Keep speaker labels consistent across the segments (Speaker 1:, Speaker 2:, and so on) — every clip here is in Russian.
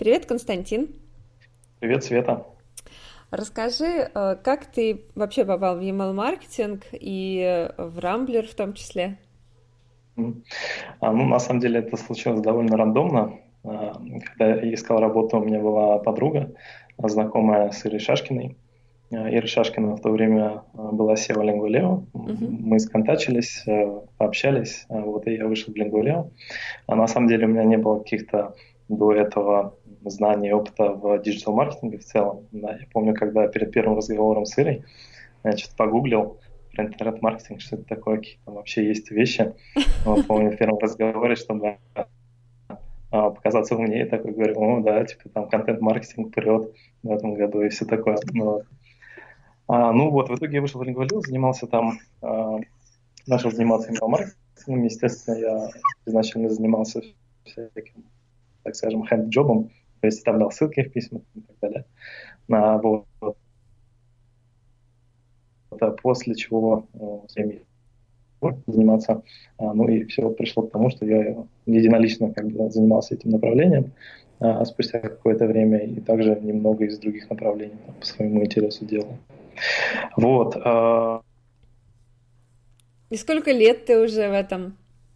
Speaker 1: Привет, Константин.
Speaker 2: Привет, Света.
Speaker 1: Расскажи, как ты вообще попал в email-маркетинг и в Рамблер в том числе?
Speaker 2: Ну, на самом деле это случилось довольно рандомно. Когда я искал работу, у меня была подруга, знакомая с Ирой Шашкиной. Ира Шашкина в то время была SEO Lingua.leo.
Speaker 1: Мгм.
Speaker 2: Мы сконтачились, пообщались, вот, и я вышел в Lingua.leo. А на самом деле у меня не было каких-то до этого знаний, опыта в диджитал-маркетинге в целом. Да, я помню, когда перед первым разговором с Ирой, значит, погуглил про интернет-маркетинг, что это такое, какие там вообще есть вещи. Вот, помню, в первом разговоре, чтобы показаться умнее, такой говорю, о, да, типа там контент-маркетинг прет в этом году и все такое. Ну, вот. Ну вот, в итоге я вышел в Lingua.lio, занимался там, начал заниматься email-маркетингом. Естественно, я изначально занимался всяким, так скажем, хэнд-джобом, то есть вставлял ссылки в письма и так далее. Вот. После чего заниматься. Ну и все пришло к тому, что я единолично как бы занимался этим направлением, спустя какое-то время, и также немного из других направлений там, по своему интересу делал. Вот.
Speaker 1: И сколько лет ты уже в этом?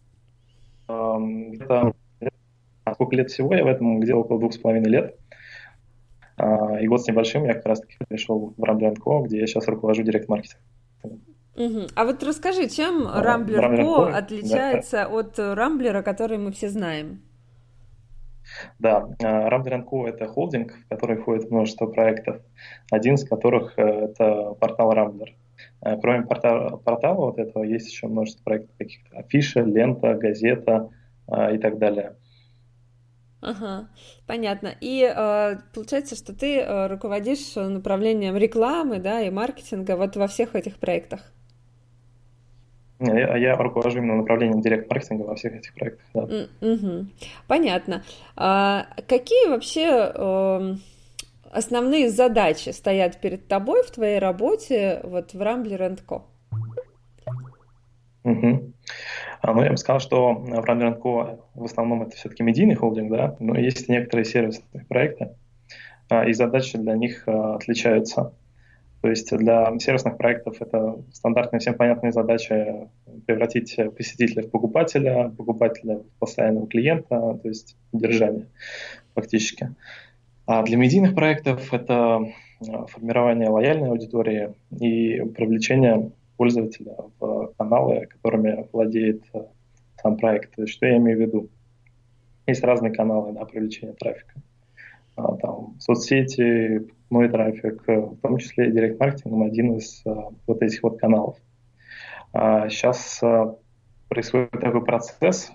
Speaker 2: Где-то сколько лет всего я в этом, где около 2,5 лет. И год с небольшим я как раз-таки пришел в Рамблер.ко, где я сейчас руковожу директ-маркетингом.
Speaker 1: Мгм. А вот расскажи, чем
Speaker 2: В
Speaker 1: Рамблер.ко
Speaker 2: Рамблер.ко, да,
Speaker 1: отличается от Рамблера, который мы все знаем?
Speaker 2: да, Рамблер.ко — это холдинг, в который входит множество проектов, один из которых это портал Рамблер. Кроме портала вот этого есть еще множество проектов каких-то: афиша, лента, газета и так далее.
Speaker 1: Ага, понятно. И получается, что ты руководишь направлением рекламы, да, и маркетинга вот во всех этих проектах.
Speaker 2: Я руковожу именно направлением директ-маркетинга во всех этих проектах. Да.
Speaker 1: Мгм. Понятно. Какие вообще основные задачи стоят перед тобой в твоей работе вот в Рамблер энд Ко?
Speaker 2: Мгм. Ну, я бы сказал, что в Рамблер.ко в основном это все-таки медийный холдинг, да, но есть некоторые сервисные проекты, и задачи для них отличаются. То есть для сервисных проектов это стандартная, всем понятная задача превратить посетителя в покупателя, покупателя в постоянного клиента, то есть удержание фактически. А для медийных проектов это формирование лояльной аудитории и привлечение пользователя в каналы, которыми владеет сам проект. То есть, что я имею в виду? Есть разные каналы, да, привлечения трафика. Там соцсети, мой трафик, в том числе и директ-маркетинг, один из вот этих вот каналов. Сейчас происходит такой процесс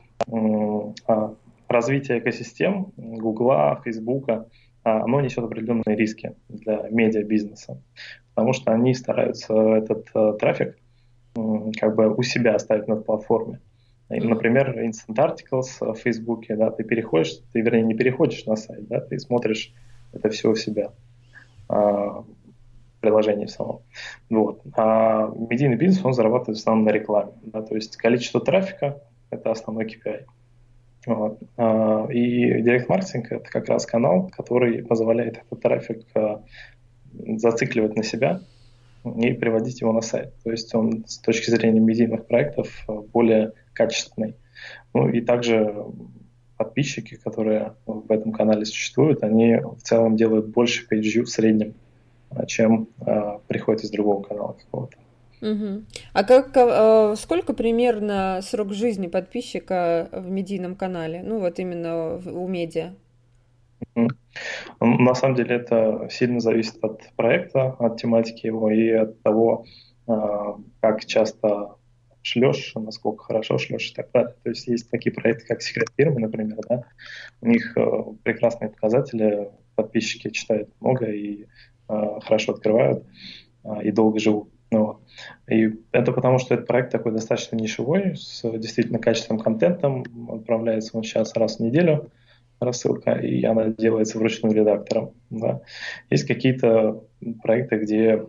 Speaker 2: развития экосистем Гугла, Фейсбука. Оно несет определенные риски для медиабизнеса, потому что они стараются этот трафик как бы у себя оставить на платформе.
Speaker 1: Мгм.
Speaker 2: Например, Instant Articles в Фейсбуке, да, ты переходишь, ты, вернее, не переходишь на сайт, да, ты смотришь это все у себя в приложении в самом. Вот. А медийный бизнес, он зарабатывает в основном на рекламе, да, то есть количество трафика — это основной KPI. Вот. И директ-маркетинг — это как раз канал, который позволяет этот трафик зацикливать на себя и приводить его на сайт. То есть он с точки зрения медийных проектов более качественный. Ну и также подписчики, которые в этом канале существуют, они в целом делают больше page view в среднем, чем приходит из другого канала какого-то.
Speaker 1: Мгм. Сколько примерно срок жизни подписчика в медийном канале? Ну вот именно у медиа.
Speaker 2: Мгм. На самом деле это сильно зависит от проекта, от тематики его и от того, как часто шлешь, насколько хорошо шлешь и так далее. То есть есть такие проекты, как «Секрет фирмы», например, да, у них прекрасные показатели, подписчики читают много и хорошо открывают, и долго живут. Ну, вот. И это потому, что этот проект такой достаточно нишевой, с действительно качественным контентом. Отправляется он сейчас раз в неделю, рассылка, и она делается вручную редактором. Да. Есть какие-то проекты, где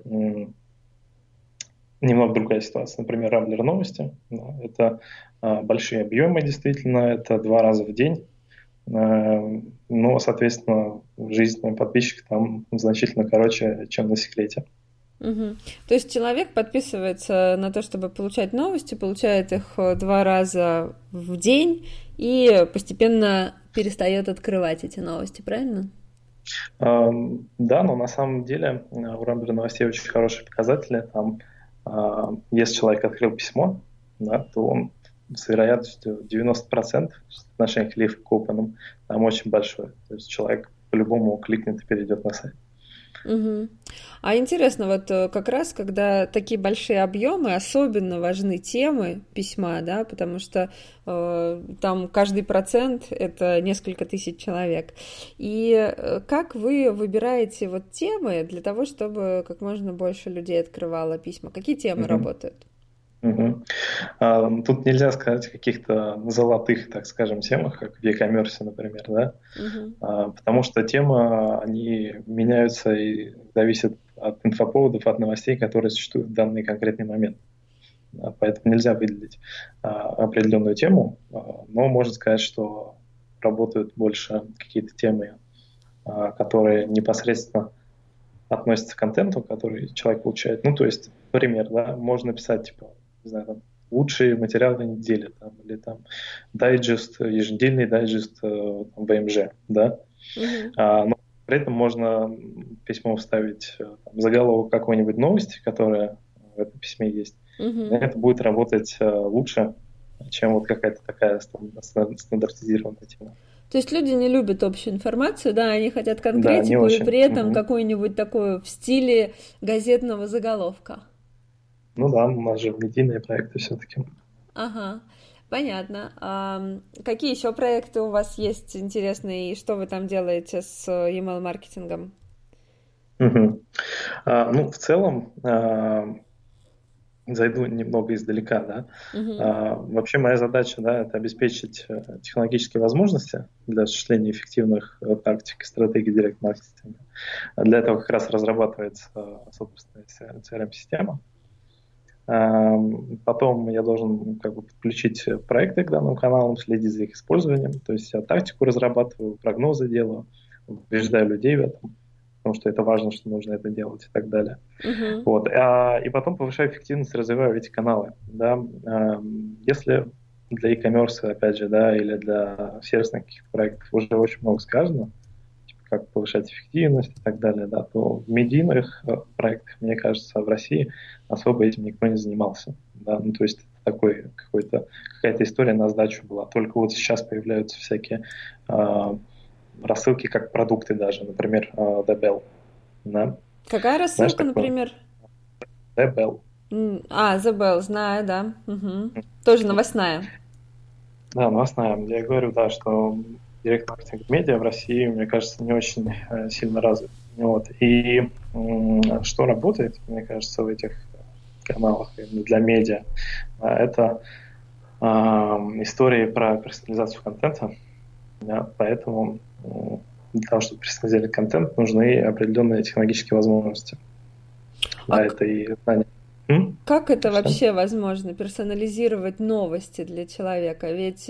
Speaker 2: немного другая ситуация. Например, Рамблер новости. Да, это большие объемы, действительно, это 2 раза в день. но, соответственно, жизнь подписчика там значительно короче, чем на секрете.
Speaker 1: Мгм. То есть человек подписывается на то, чтобы получать новости, получает их 2 раза в день и постепенно перестает открывать эти новости, правильно?
Speaker 2: Да, но на самом деле у Рамблера новостей очень хорошие показатели. Там, если человек открыл письмо, да, то он с вероятностью 90% отношения к lead к open там очень большой. То есть человек по-любому кликнет и перейдет на сайт.
Speaker 1: Мгм. А интересно, вот как раз, когда такие большие объемы, особенно важны темы письма, да, потому что там каждый процент — это несколько тысяч человек. И как вы выбираете вот темы для того, чтобы как можно больше людей открывало письма? Какие темы
Speaker 2: Мгм.
Speaker 1: работают?
Speaker 2: Мгм. Тут нельзя сказать о каких-то золотых, так скажем, темах, как в e-commerce, например, да,
Speaker 1: Мгм.
Speaker 2: потому что темы, они меняются и зависят от инфоповодов, от новостей, которые существуют в данный конкретный момент. Поэтому нельзя выделить определенную тему, но можно сказать, что работают больше какие-то темы, которые непосредственно относятся к контенту, который человек получает. Ну, то есть, например, да, можно писать, типа, не знаю, там, лучшие материалы недели, там, или там дайджест, еженедельный дайджест там, ВМЖ, да.
Speaker 1: Мгм.
Speaker 2: Но при этом можно в письмо вставить там, заголовок какой-нибудь новости, которая в этом письме есть. И
Speaker 1: Мгм.
Speaker 2: это будет работать лучше, чем вот какая-то такая стандартизированная тема.
Speaker 1: То есть люди не любят общую информацию, да, они хотят
Speaker 2: Да, не
Speaker 1: конкретику и
Speaker 2: очень.
Speaker 1: при этом
Speaker 2: Мгм.
Speaker 1: какую-нибудь такую в стиле газетного заголовка.
Speaker 2: Ну да, у нас же медийные проекты все-таки.
Speaker 1: Ага, понятно. Какие еще проекты у вас есть интересные, и что вы там делаете с email-маркетингом?
Speaker 2: Мгм. Ну, в целом, зайду немного издалека, да.
Speaker 1: Угу,
Speaker 2: Вообще моя задача, да, это обеспечить технологические возможности для осуществления эффективных тактик и стратегий директ-маркетинга. Для этого как раз разрабатывается собственная CRM-система. Потом я должен как бы подключить проекты к данным каналам, следить за их использованием. То есть я тактику разрабатываю, прогнозы делаю, убеждаю людей в этом, потому что это важно, что нужно это делать и так далее.
Speaker 1: угу,
Speaker 2: Вот. И потом повышаю эффективность, развиваю эти каналы. Да. Если для e-commerce, опять же, да, или для сервисных каких-то проектов уже очень много сказано, типа как повышать эффективность и так далее, да, то в медийных проектах, мне кажется, в России особо этим никто не занимался. Да. Ну, то есть такой какая-то история на сдачу была. Только вот сейчас появляются всякие э, рассылки как продукты даже, например, The Bell. Да.
Speaker 1: какая
Speaker 2: Знаешь
Speaker 1: рассылка,
Speaker 2: такое?
Speaker 1: например?
Speaker 2: The Bell.
Speaker 1: Забыл, знаю, да. Угу. Тоже новостная.
Speaker 2: Да, новостная. Я говорю, да, что директ-маркетинг медиа в России, мне кажется, не очень сильно развит. Вот. И что работает, мне кажется, в этих каналах именно для медиа, это истории про персонализацию контента. Да, поэтому для того, чтобы персонализировать контент, нужны определенные технологические возможности.
Speaker 1: А
Speaker 2: Да, это и знания.
Speaker 1: как это
Speaker 2: Что?
Speaker 1: вообще возможно, персонализировать новости для человека? Ведь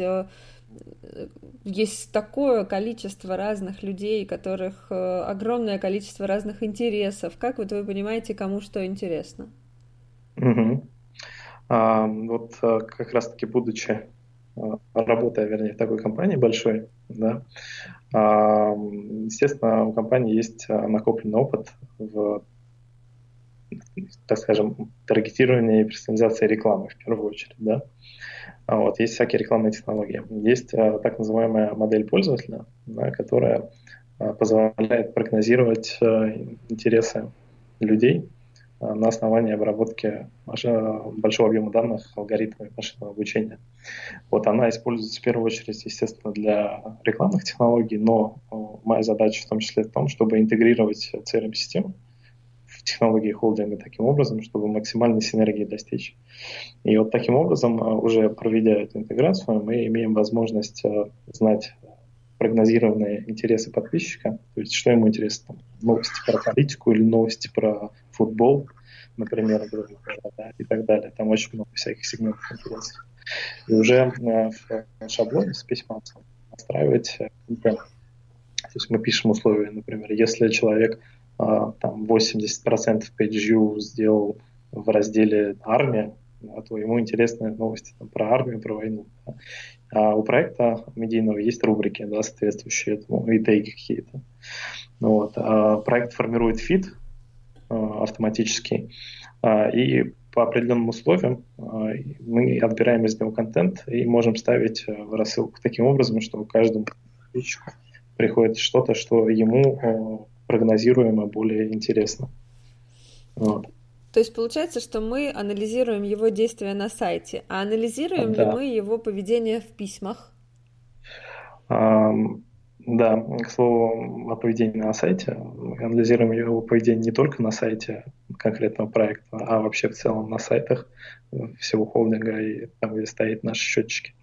Speaker 1: есть такое количество разных людей, у которых огромное количество разных интересов. Как вот вы понимаете, кому что интересно?
Speaker 2: Мгм. Вот как раз-таки будучи, работая, вернее, в такой компании большой, да, естественно, у компании есть накопленный опыт в, так скажем, таргетировании и персонализации рекламы в первую очередь, да. Вот, есть всякие рекламные технологии. Есть так называемая модель пользователя, да, которая позволяет прогнозировать интересы людей на основании обработки большого объема данных алгоритмами машинного обучения. Вот она используется в первую очередь, естественно, для рекламных технологий, но моя задача в том числе в том, чтобы интегрировать CRM-систему в технологии холдинга таким образом, чтобы максимальной синергии достичь. И вот таким образом, уже проведя эту интеграцию, мы имеем возможность знать прогнозированные интересы подписчика, то есть что ему интересно, там, новости про политику или новости про футбол, например, да, и так далее. Там очень много всяких сегментов интересов. И уже в шаблоне с письма настраивать контент. То есть мы пишем условия, например, если человек там 80% page сделал в разделе «Армия», то ему интересны новости там, про армию, про войну. Да. А у проекта медийного есть рубрики, да, соответствующие этому, и теги какие-то. Вот. Проект формирует фид автоматически, и по определенным условиям мы отбираем из него контент и можем ставить в рассылку таким образом, что каждому подписчику приходит что-то, что ему прогнозируемо более интересно. Вот.
Speaker 1: То есть получается, что мы анализируем его действия на сайте, а анализируем ли мы его поведение в письмах?
Speaker 2: Да, к слову о поведении на сайте. Мы анализируем его поведение не только на сайте конкретного проекта, а вообще в целом на сайтах всего холдинга и там, где стоят наши счетчики.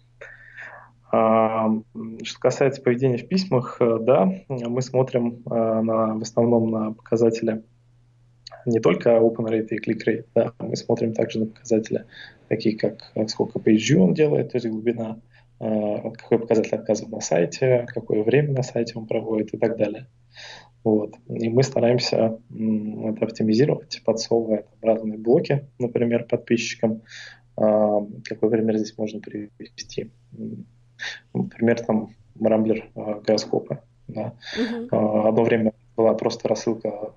Speaker 2: Что касается поведения в письмах, да, мы смотрим в основном на показатели не только open rate и click rate, да, мы смотрим также на показатели, такие как сколько page он делает, то есть глубина, какой показатель отказов на сайте, какое время на сайте он проводит и так далее. Вот. И мы стараемся это оптимизировать, подсовывая разные блоки, например, подписчикам. Какой пример здесь можно привести? Например, там Рамблер гороскопы. Да. Одно время была просто рассылка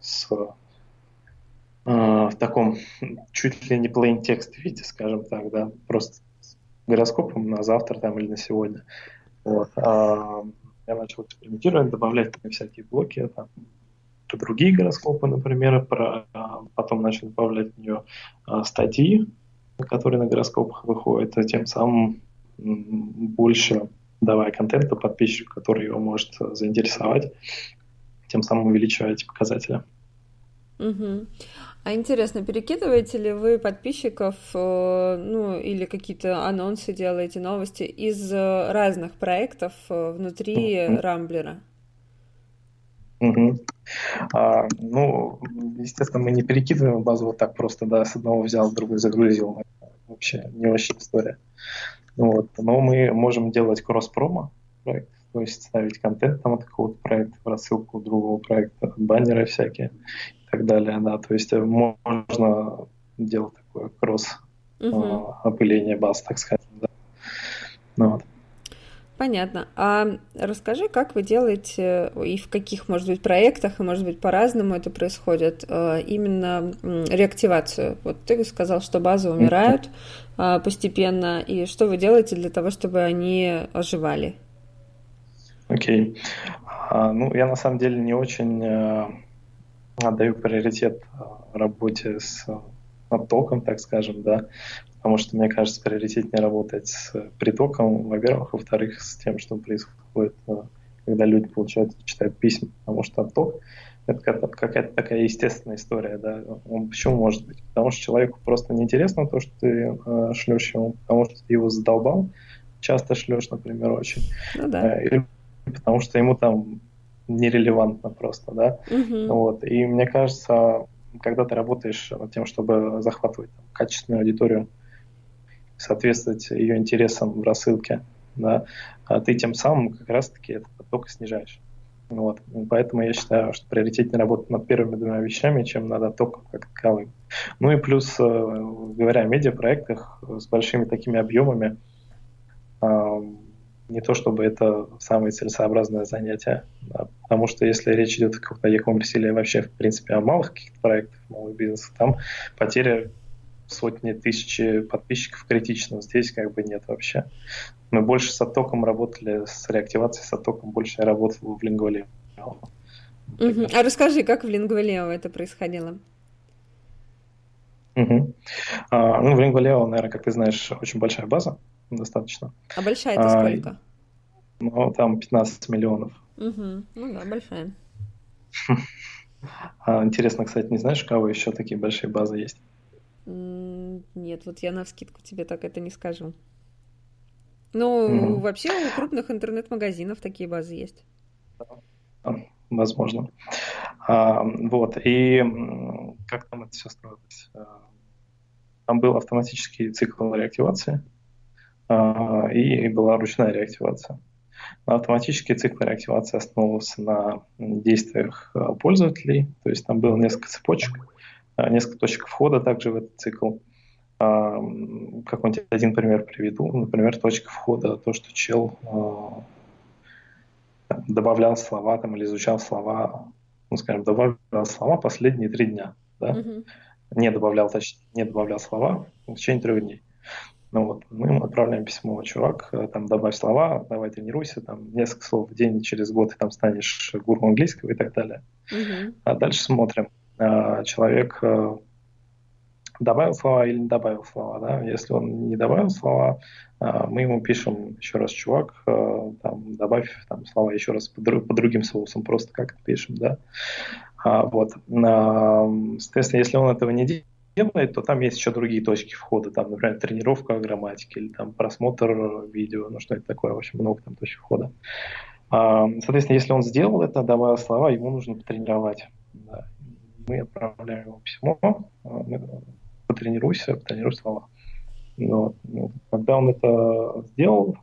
Speaker 2: в таком чуть ли не plain текст виде, скажем так, да, просто гороскопом на завтра там, или на сегодня. Вот. Я начал экспериментировать, добавлять всякие блоки, там, другие гороскопы, например, потом начал добавлять в нее статьи, которые на гороскопах выходят, а тем самым больше давая контента подписчику, который его может заинтересовать, тем самым увеличивая эти показатели.
Speaker 1: Угу. А интересно, перекидываете ли вы подписчиков, ну, или какие-то анонсы делаете, новости из разных проектов внутри Рамблера?
Speaker 2: Ну, естественно, мы не перекидываем базу вот так просто, да, с одного взял, другой загрузил. Это вообще не очень история. Вот. Но мы можем делать кросс-промо проект, то есть ставить контент там от какого-то проекта в рассылку другого проекта, баннеры всякие и так далее, да, то есть можно делать такое кросс-опыление баз, так сказать, да. Вот.
Speaker 1: Понятно. А расскажи, как вы делаете и в каких, может быть, проектах, и, может быть, по-разному это происходит, именно реактивацию. Вот ты сказал, что базы умирают постепенно, и что вы делаете для того, чтобы они оживали?
Speaker 2: Окей. Ну, я на самом деле не очень отдаю приоритет работе с оттоком, так скажем, да, потому что, мне кажется, приоритетнее работать с притоком, во-первых, во-вторых, с тем, что происходит, когда люди читают письма, потому что отток — это какая-то такая естественная история, да. Он почему может быть? Потому что человеку просто неинтересно то, что ты шлешь ему, потому что ты его задолбал, часто шлешь, например, очень,
Speaker 1: Ну, да.
Speaker 2: или потому что ему там нерелевантно просто, да. Вот. И мне кажется, когда ты работаешь над тем, чтобы захватывать качественную аудиторию, соответствовать ее интересам в рассылке, да, ты тем самым как раз-таки этот поток снижаешь. Вот. Поэтому я считаю, что приоритетнее работать над первыми двумя вещами, чем над оттоком как таковым. Ну и плюс, говоря о медиапроектах с большими такими объемами, не то чтобы это самое целесообразное занятие, да, потому что если речь идет о e-commerce или вообще, в принципе, о малых каких-то проектах, малых бизнесах, там потеря сотни, тысячи подписчиков критично. Здесь как бы нет вообще. Мы больше с оттоком работали, с реактивацией с оттоком больше я работал в Lingua Leo.
Speaker 1: А расскажи, как в Lingua Leo это происходило?
Speaker 2: Ну, в Lingua Leo, наверное, как ты знаешь, очень большая база, достаточно.
Speaker 1: А большая это сколько?
Speaker 2: Ну, там 15 миллионов.
Speaker 1: Ну да, большая.
Speaker 2: Интересно, кстати, не знаешь, у кого еще такие большие базы есть?
Speaker 1: Нет, вот я навскидку тебе так это не скажу. Ну, вообще у крупных интернет-магазинов такие базы есть.
Speaker 2: Возможно. Вот. И как там это все строилось? Там был автоматический цикл реактивации и была ручная реактивация. Автоматический цикл реактивации основывался на действиях пользователей, то есть там было несколько цепочек, несколько точек входа также в этот цикл. Какой-нибудь один пример приведу. Например, точка входа, то, что чел добавлял слова там, или изучал слова, ну, скажем, добавлял слова последние 3 дня. Да? Не добавлял слова в течение 3 дней. Ну вот, мы ему отправляем письмо: чувак, там, добавь слова, давай тренируйся, там, несколько слов в день, через год ты там станешь гуру английского и так далее. А дальше смотрим, человек добавил слова или не добавил слова, да? Если он не добавил слова, мы ему пишем еще раз: чувак, там, добавь там, слова еще раз по другим соусам, просто как-то пишем, да? Вот. Соответственно, если он этого не делает, то там есть еще другие точки входа, там, например, тренировка грамматики или там просмотр видео, ну что-нибудь такое, в общем, много там точек входа. Соответственно, если он сделал это, добавил слова, ему нужно потренировать. Да. Мы отправляем ему письмо: потренируй слова. Вот. Когда он это сделал,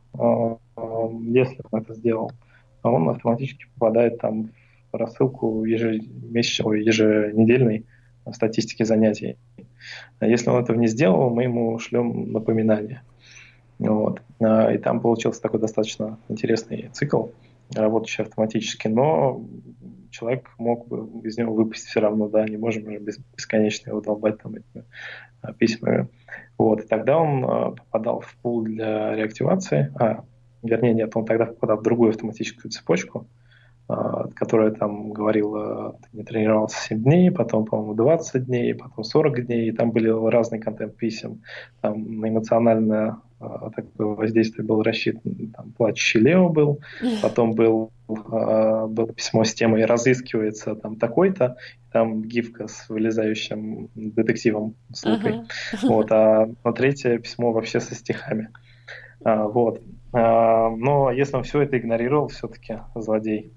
Speaker 2: если он это сделал, он автоматически попадает там в рассылку еженедельной статистики занятий. Если он этого не сделал, мы ему шлем напоминание. Вот. И там получился такой достаточно интересный цикл, работающий автоматически, но человек мог бы из него выпасть все равно, да, не можем же бесконечно его долбать там этими письмами. Вот. И тогда он попадал в пул для реактивации, вернее, нет, он тогда попадал в другую автоматическую цепочку, которая там говорила: ты не тренировался 7 дней, потом, по-моему, 20 дней, потом 40 дней, и там были разный контент писем, там на эмоциональное такое воздействие был рассчитан, там плачущий Лео был, потом было письмо с темой «разыскивается там такой-то», там гифка с вылезающим детективом с лупой, вот, а на третье письмо вообще со стихами. Вот. Но если он все это игнорировал, все-таки злодей,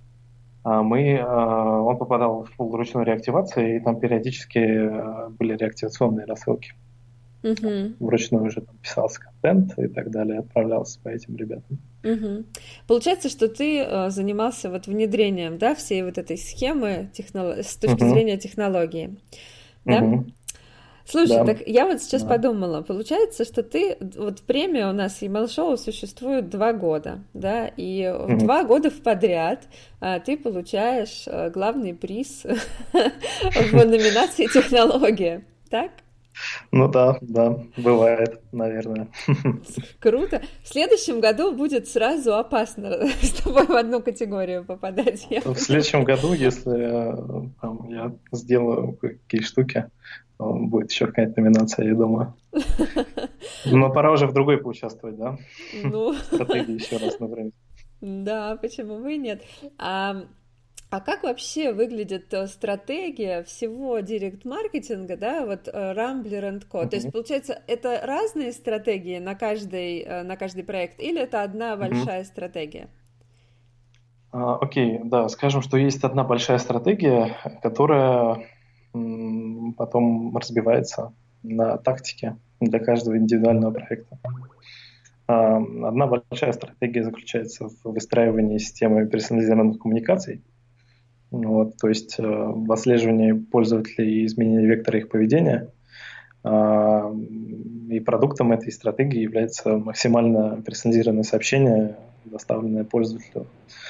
Speaker 2: он попадал в пул ручной реактивации, и там периодически были реактивационные рассылки. Вручную уже там писался контент и так далее, отправлялся по этим ребятам.
Speaker 1: Получается, что ты занимался вот внедрением, да, всей вот этой схемы с точки зрения технологии, да? Слушай, так я вот сейчас подумала, получается, что ты, вот премия у нас Email Show существует 2 года, да, и 2 года подряд ты получаешь главный приз в номинации «Технология», так?
Speaker 2: Ну да, бывает, наверное.
Speaker 1: Круто. В следующем году будет сразу опасно с тобой в одну категорию попадать.
Speaker 2: В следующем году, если я сделаю какие штуки, будет еще какая-то номинация, я думаю. Но пора уже в другой поучаствовать, да? Стратегии еще раз, например.
Speaker 1: Да, почему бы и нет. А как вообще выглядит стратегия всего директ-маркетинга, да, вот Rambler & Co? То есть, получается, это разные стратегии на каждый проект, или это одна большая стратегия?
Speaker 2: Окей, да, скажем, что есть одна большая стратегия, которая потом разбивается на тактике для каждого индивидуального проекта. Одна большая стратегия заключается в выстраивании системы персонализированных коммуникаций, вот, то есть в отслеживании пользователей и изменении вектора их поведения. И продуктом этой стратегии является максимально персонализированное сообщение, доставленное пользователю.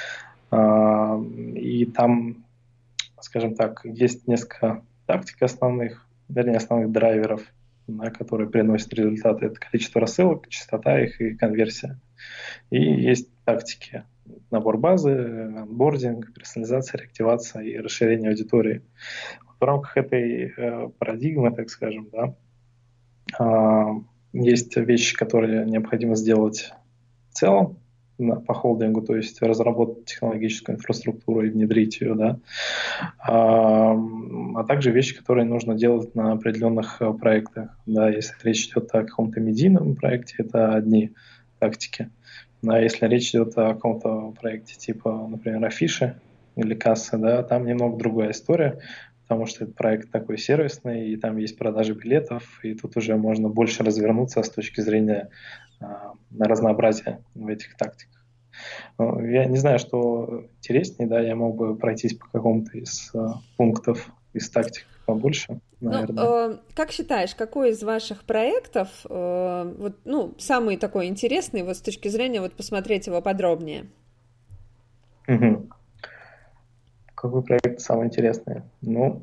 Speaker 2: И там, скажем так, есть несколько тактик основных драйверов, которые приносят результаты. Это количество рассылок, частота их и конверсия. И есть тактики: набор базы, онбординг, персонализация, реактивация и расширение аудитории. В рамках этой парадигмы, так скажем, да, есть вещи, которые необходимо сделать в целом по холдингу, то есть разработать технологическую инфраструктуру и внедрить ее, да, а также вещи, которые нужно делать на определенных проектах. Да, если речь идет о каком-то медийном проекте, это одни тактики. А если речь идет о каком-то проекте типа, например, афиши или кассы, да, там немного другая история, потому что этот проект такой сервисный, и там есть продажи билетов, и тут уже можно больше развернуться с точки зрения разнообразия в этих тактиках. Я не знаю, что интереснее, да, я мог бы пройтись по какому-то из пунктов, из тактик побольше,
Speaker 1: Ну,
Speaker 2: наверное.
Speaker 1: как считаешь, какой из ваших проектов, вот, ну, самый такой интересный, вот с точки зрения, вот посмотреть его подробнее?
Speaker 2: Мгм. Какой проект самый интересный? Ну,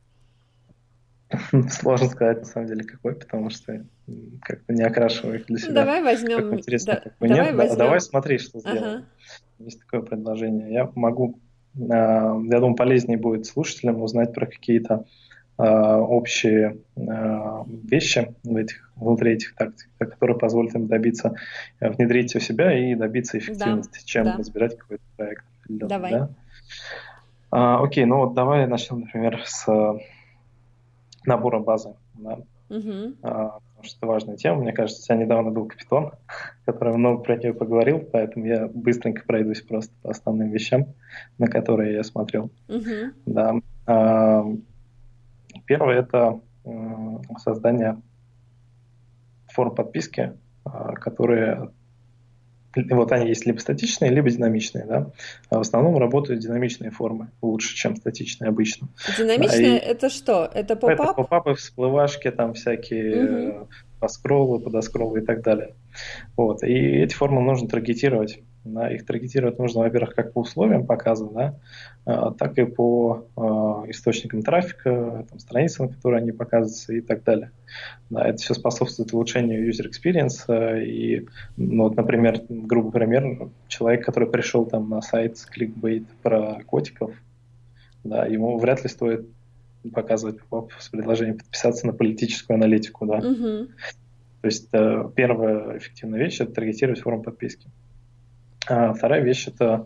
Speaker 2: сложно сказать, на самом деле, какой, потому что как-то не окрашиваю их для
Speaker 1: Ну,
Speaker 2: себя.
Speaker 1: давай
Speaker 2: Какой
Speaker 1: возьмем,
Speaker 2: интересный, какой
Speaker 1: давай
Speaker 2: нет. Давай
Speaker 1: возьмем,
Speaker 2: смотри, что
Speaker 1: ага,
Speaker 2: сделаем. Есть такое предложение. Я могу, я думаю, полезнее будет слушателям узнать про какие-то общие вещи внутри этих тактик, которые позволят им добиться, внедрить у себя и добиться
Speaker 1: да,
Speaker 2: эффективности, чем
Speaker 1: да,
Speaker 2: разбирать какой-то проект определенный,
Speaker 1: давай.
Speaker 2: да? Окей, ну вот давай начнем, например, с набора базы, да?
Speaker 1: Мгм.
Speaker 2: Потому что это важная тема. Мне кажется, у тебя недавно был Капитон, который много про нее поговорил, поэтому я быстренько пройдусь просто по основным вещам, на которые я смотрел.
Speaker 1: Мгм.
Speaker 2: Да. А, Первое — это создание форм подписки, которые вот они есть либо статичные, либо динамичные, да. В основном работают динамичные формы лучше, чем статичные обычно. Да,
Speaker 1: Динамичное —
Speaker 2: и
Speaker 1: это что? Это
Speaker 2: это
Speaker 1: поп-ап?
Speaker 2: попапы, всплывашки, там всякие
Speaker 1: Мгм.
Speaker 2: поскроллы, подоскроллы и так далее. Вот. И эти формы нужно таргетировать. Да. Их таргетировать нужно, во-первых, как по условиям показа, да, так и по источникам трафика, там, страницам, на которые они показываются и так далее. Да, это все способствует улучшению user experience. И, ну, вот, например, грубый пример, человек, который пришел там на сайт с кликбейт про котиков, да, ему вряд ли стоит показывать с предложением подписаться на политическую аналитику, да.
Speaker 1: Мгм.
Speaker 2: То есть первая эффективная вещь — это таргетировать форму подписки. Вторая вещь — это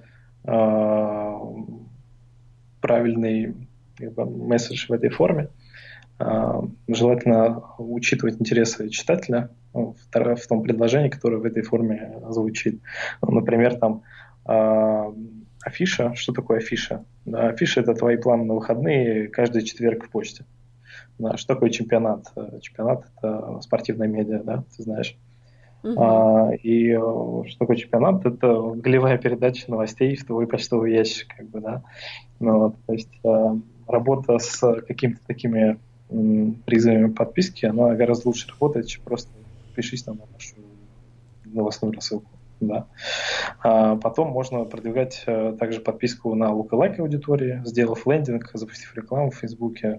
Speaker 2: правильный месседж в этой форме. Желательно учитывать интересы читателя в том предложении, которое в этой форме звучит. Например, там афиша. Что такое афиша? Да, афиша — это твои планы на выходные каждый четверг в почте. Да, что такое чемпионат? Чемпионат — это спортивная медиа, да, ты знаешь.
Speaker 1: Мгм.
Speaker 2: Что такое чемпионат? Это голевая передача новостей в твой почтовый ящик, как бы, да. Ну, вот, то есть работа с какими-то такими призывами подписки, она гораздо лучше работает, чем просто подпишись там на нашу новостную рассылку. Да. Потом можно продвигать также подписку на lookalike аудитории, сделав лендинг, запустив рекламу в Фейсбуке.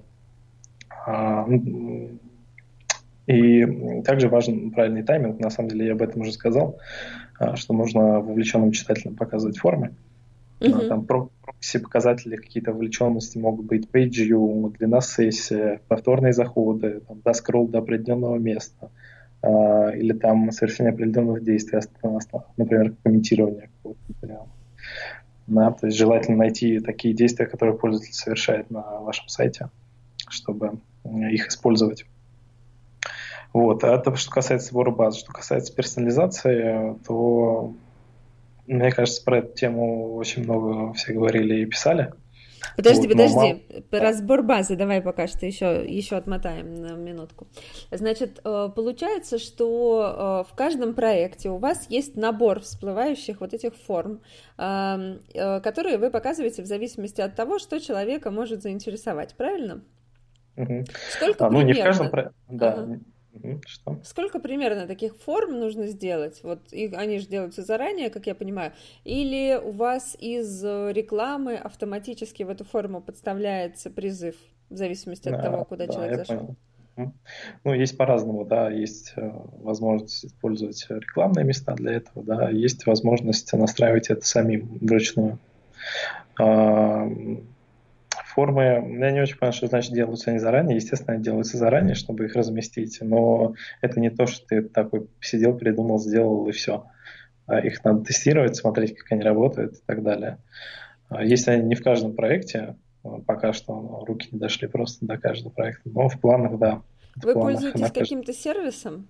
Speaker 2: И также важен правильный тайминг. На самом деле я об этом уже сказал, что нужно вовлеченным читателям показывать формы.
Speaker 1: Мгм.
Speaker 2: Там все показатели какие-то вовлеченности могут быть page view, длина сессии, повторные заходы, там, доскролл до определенного места, или там совершение определенных действий, например, комментирование какого-то материала. Да, то есть желательно найти такие действия, которые пользователь совершает на вашем сайте, чтобы их использовать. Вот. А это что касается сбора баз. Что касается персонализации, то, мне кажется, про эту тему очень много все говорили и писали.
Speaker 1: Подожди,
Speaker 2: Вот, но мало.
Speaker 1: подожди.
Speaker 2: Да.
Speaker 1: Разбор базы давай пока что еще отмотаем на минутку. Значит, получается, что в каждом проекте у вас есть набор всплывающих вот этих форм, которые вы показываете в зависимости от того, что человека может заинтересовать, правильно?
Speaker 2: Мгм.
Speaker 1: Сколько
Speaker 2: Ну, не в каждом...
Speaker 1: примерно?
Speaker 2: Да.
Speaker 1: Ага.
Speaker 2: Мгм. Что?
Speaker 1: Сколько примерно таких форм нужно сделать? Вот и они же делаются заранее, как я понимаю. Или у вас из рекламы автоматически в эту форму подставляется призыв, в зависимости от того, куда
Speaker 2: Да,
Speaker 1: человек
Speaker 2: я
Speaker 1: зашел?
Speaker 2: понял. Мгм. Ну, есть по-разному, да, есть возможность использовать рекламные места для этого, да, есть возможность настраивать это самим вручную. А, Формы, я не очень понимаю, что значит делаются они заранее. Естественно, они делаются заранее, чтобы их разместить, но это не то, что ты такой сидел, придумал, сделал и все. Их надо тестировать, смотреть, как они работают и так далее. Если они не в каждом проекте, пока что руки не дошли просто до каждого проекта, но в планах, да, в
Speaker 1: Вы
Speaker 2: планах на
Speaker 1: пользуетесь
Speaker 2: каждый.
Speaker 1: каким-то сервисом?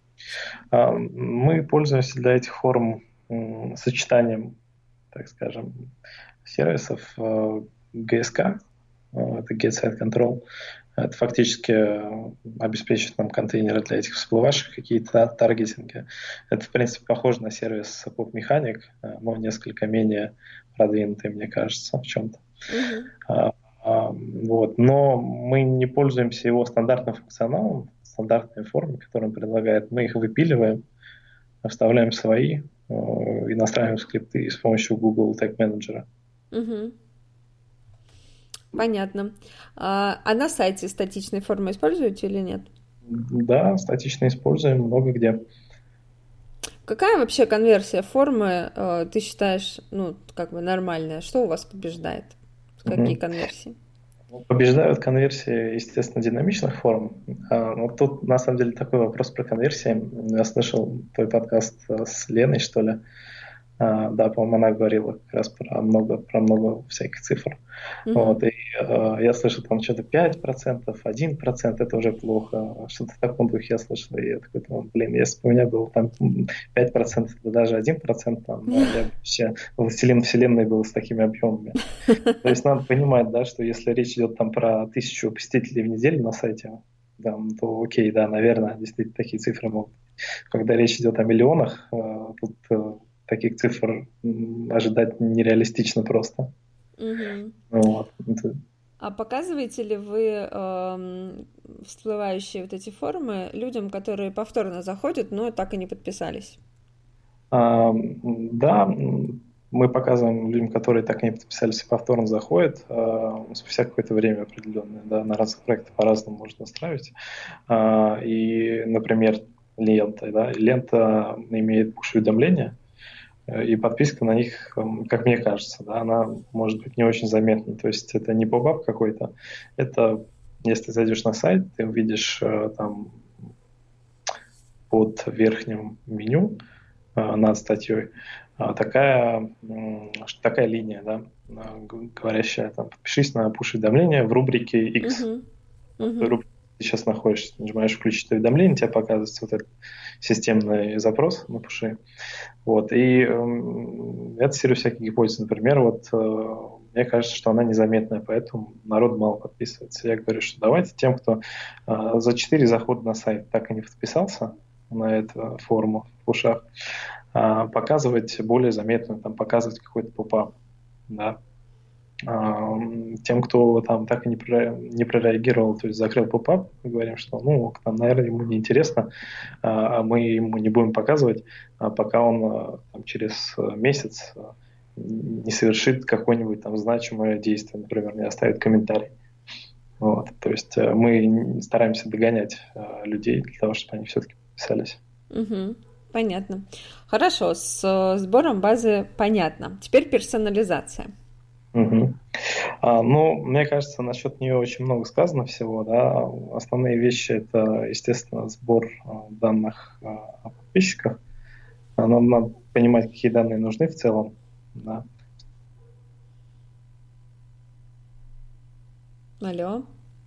Speaker 2: Мы пользуемся для этих форм сочетанием, так скажем, сервисов GSK, это Get Site Control, Это фактически обеспечит нам контейнеры для этих всплывашек, какие-то таргетинги. Это, в принципе, похоже на сервис Pop Mechanic, но несколько менее продвинутый, мне кажется, в чем-то. Вот. Но мы не пользуемся его стандартным функционалом, стандартной формой, которую он предлагает. Мы их выпиливаем, вставляем свои и настраиваем скрипты с помощью Google Tag Manager.
Speaker 1: Понятно. А на сайте статичной формы используете или нет?
Speaker 2: Да, статично используем много где.
Speaker 1: Какая вообще конверсия формы ты считаешь, нормальная? Что у вас побеждает? Какие конверсии?
Speaker 2: Побеждают конверсии, естественно, динамичных форм. Но тут, на самом деле, такой вопрос про конверсии. Я слышал твой подкаст с Леной, что ли. Да, по-моему, она говорила как раз про много всяких цифр. Вот, и я слышал там что-то 5%, 1%, это уже плохо. Что-то в таком духе я слышал. И я такой, если бы у меня было там 5%, да даже 1%, там, я бы вообще властелин вселенной был с такими объемами. То есть надо понимать, да, что если речь идет там про 1000 посетителей в неделю на сайте, да, то окей, да, наверное, действительно такие цифры могут быть. Когда речь идет о миллионах, тут таких цифр ожидать нереалистично просто. Вот.
Speaker 1: А показываете ли вы всплывающие вот эти формы людям, которые повторно заходят, но так и не подписались?
Speaker 2: Да, мы показываем людям, которые так и не подписались и повторно заходят, спустя какое-то время определенное. Да, на разных проектах по-разному можно настраивать. И, например, лента имеет push-уведомления, и подписка на них, как мне кажется, да, она может быть не очень заметна. То есть это не поп-ап какой-то. Это, если зайдешь на сайт, ты увидишь там под верхним меню над статьей такая линия, да, говорящая, там, подпишись на push-уведомления в рубрике X. Ты сейчас находишься, нажимаешь «Включить уведомления», тебе показывается вот этот системный запрос на пуши. Вот. И это серия всяких гипотез. Например, вот мне кажется, что она незаметная, поэтому народ мало подписывается. Я говорю, что давайте тем, кто за 4 захода на сайт так и не подписался на эту форму в пушах, показывать более заметную, там, показывать какой-то поп-ап. Да. Тем, кто там так и не прореагировал, то есть закрыл поп-ап, мы говорим, что, там, наверное, ему неинтересно, мы ему не будем показывать, пока он там, через месяц не совершит какое-нибудь там значимое действие, например, не оставит комментарий. Вот. То есть мы стараемся догонять людей для того, чтобы они все-таки подписались.
Speaker 1: Понятно. Хорошо, с сбором базы понятно. Теперь персонализация.
Speaker 2: Мне кажется, насчет нее очень много сказано всего. Да? Основные вещи – это, естественно, сбор данных о подписчиках. Нам надо понимать, какие данные нужны в целом. Да.
Speaker 1: Алло.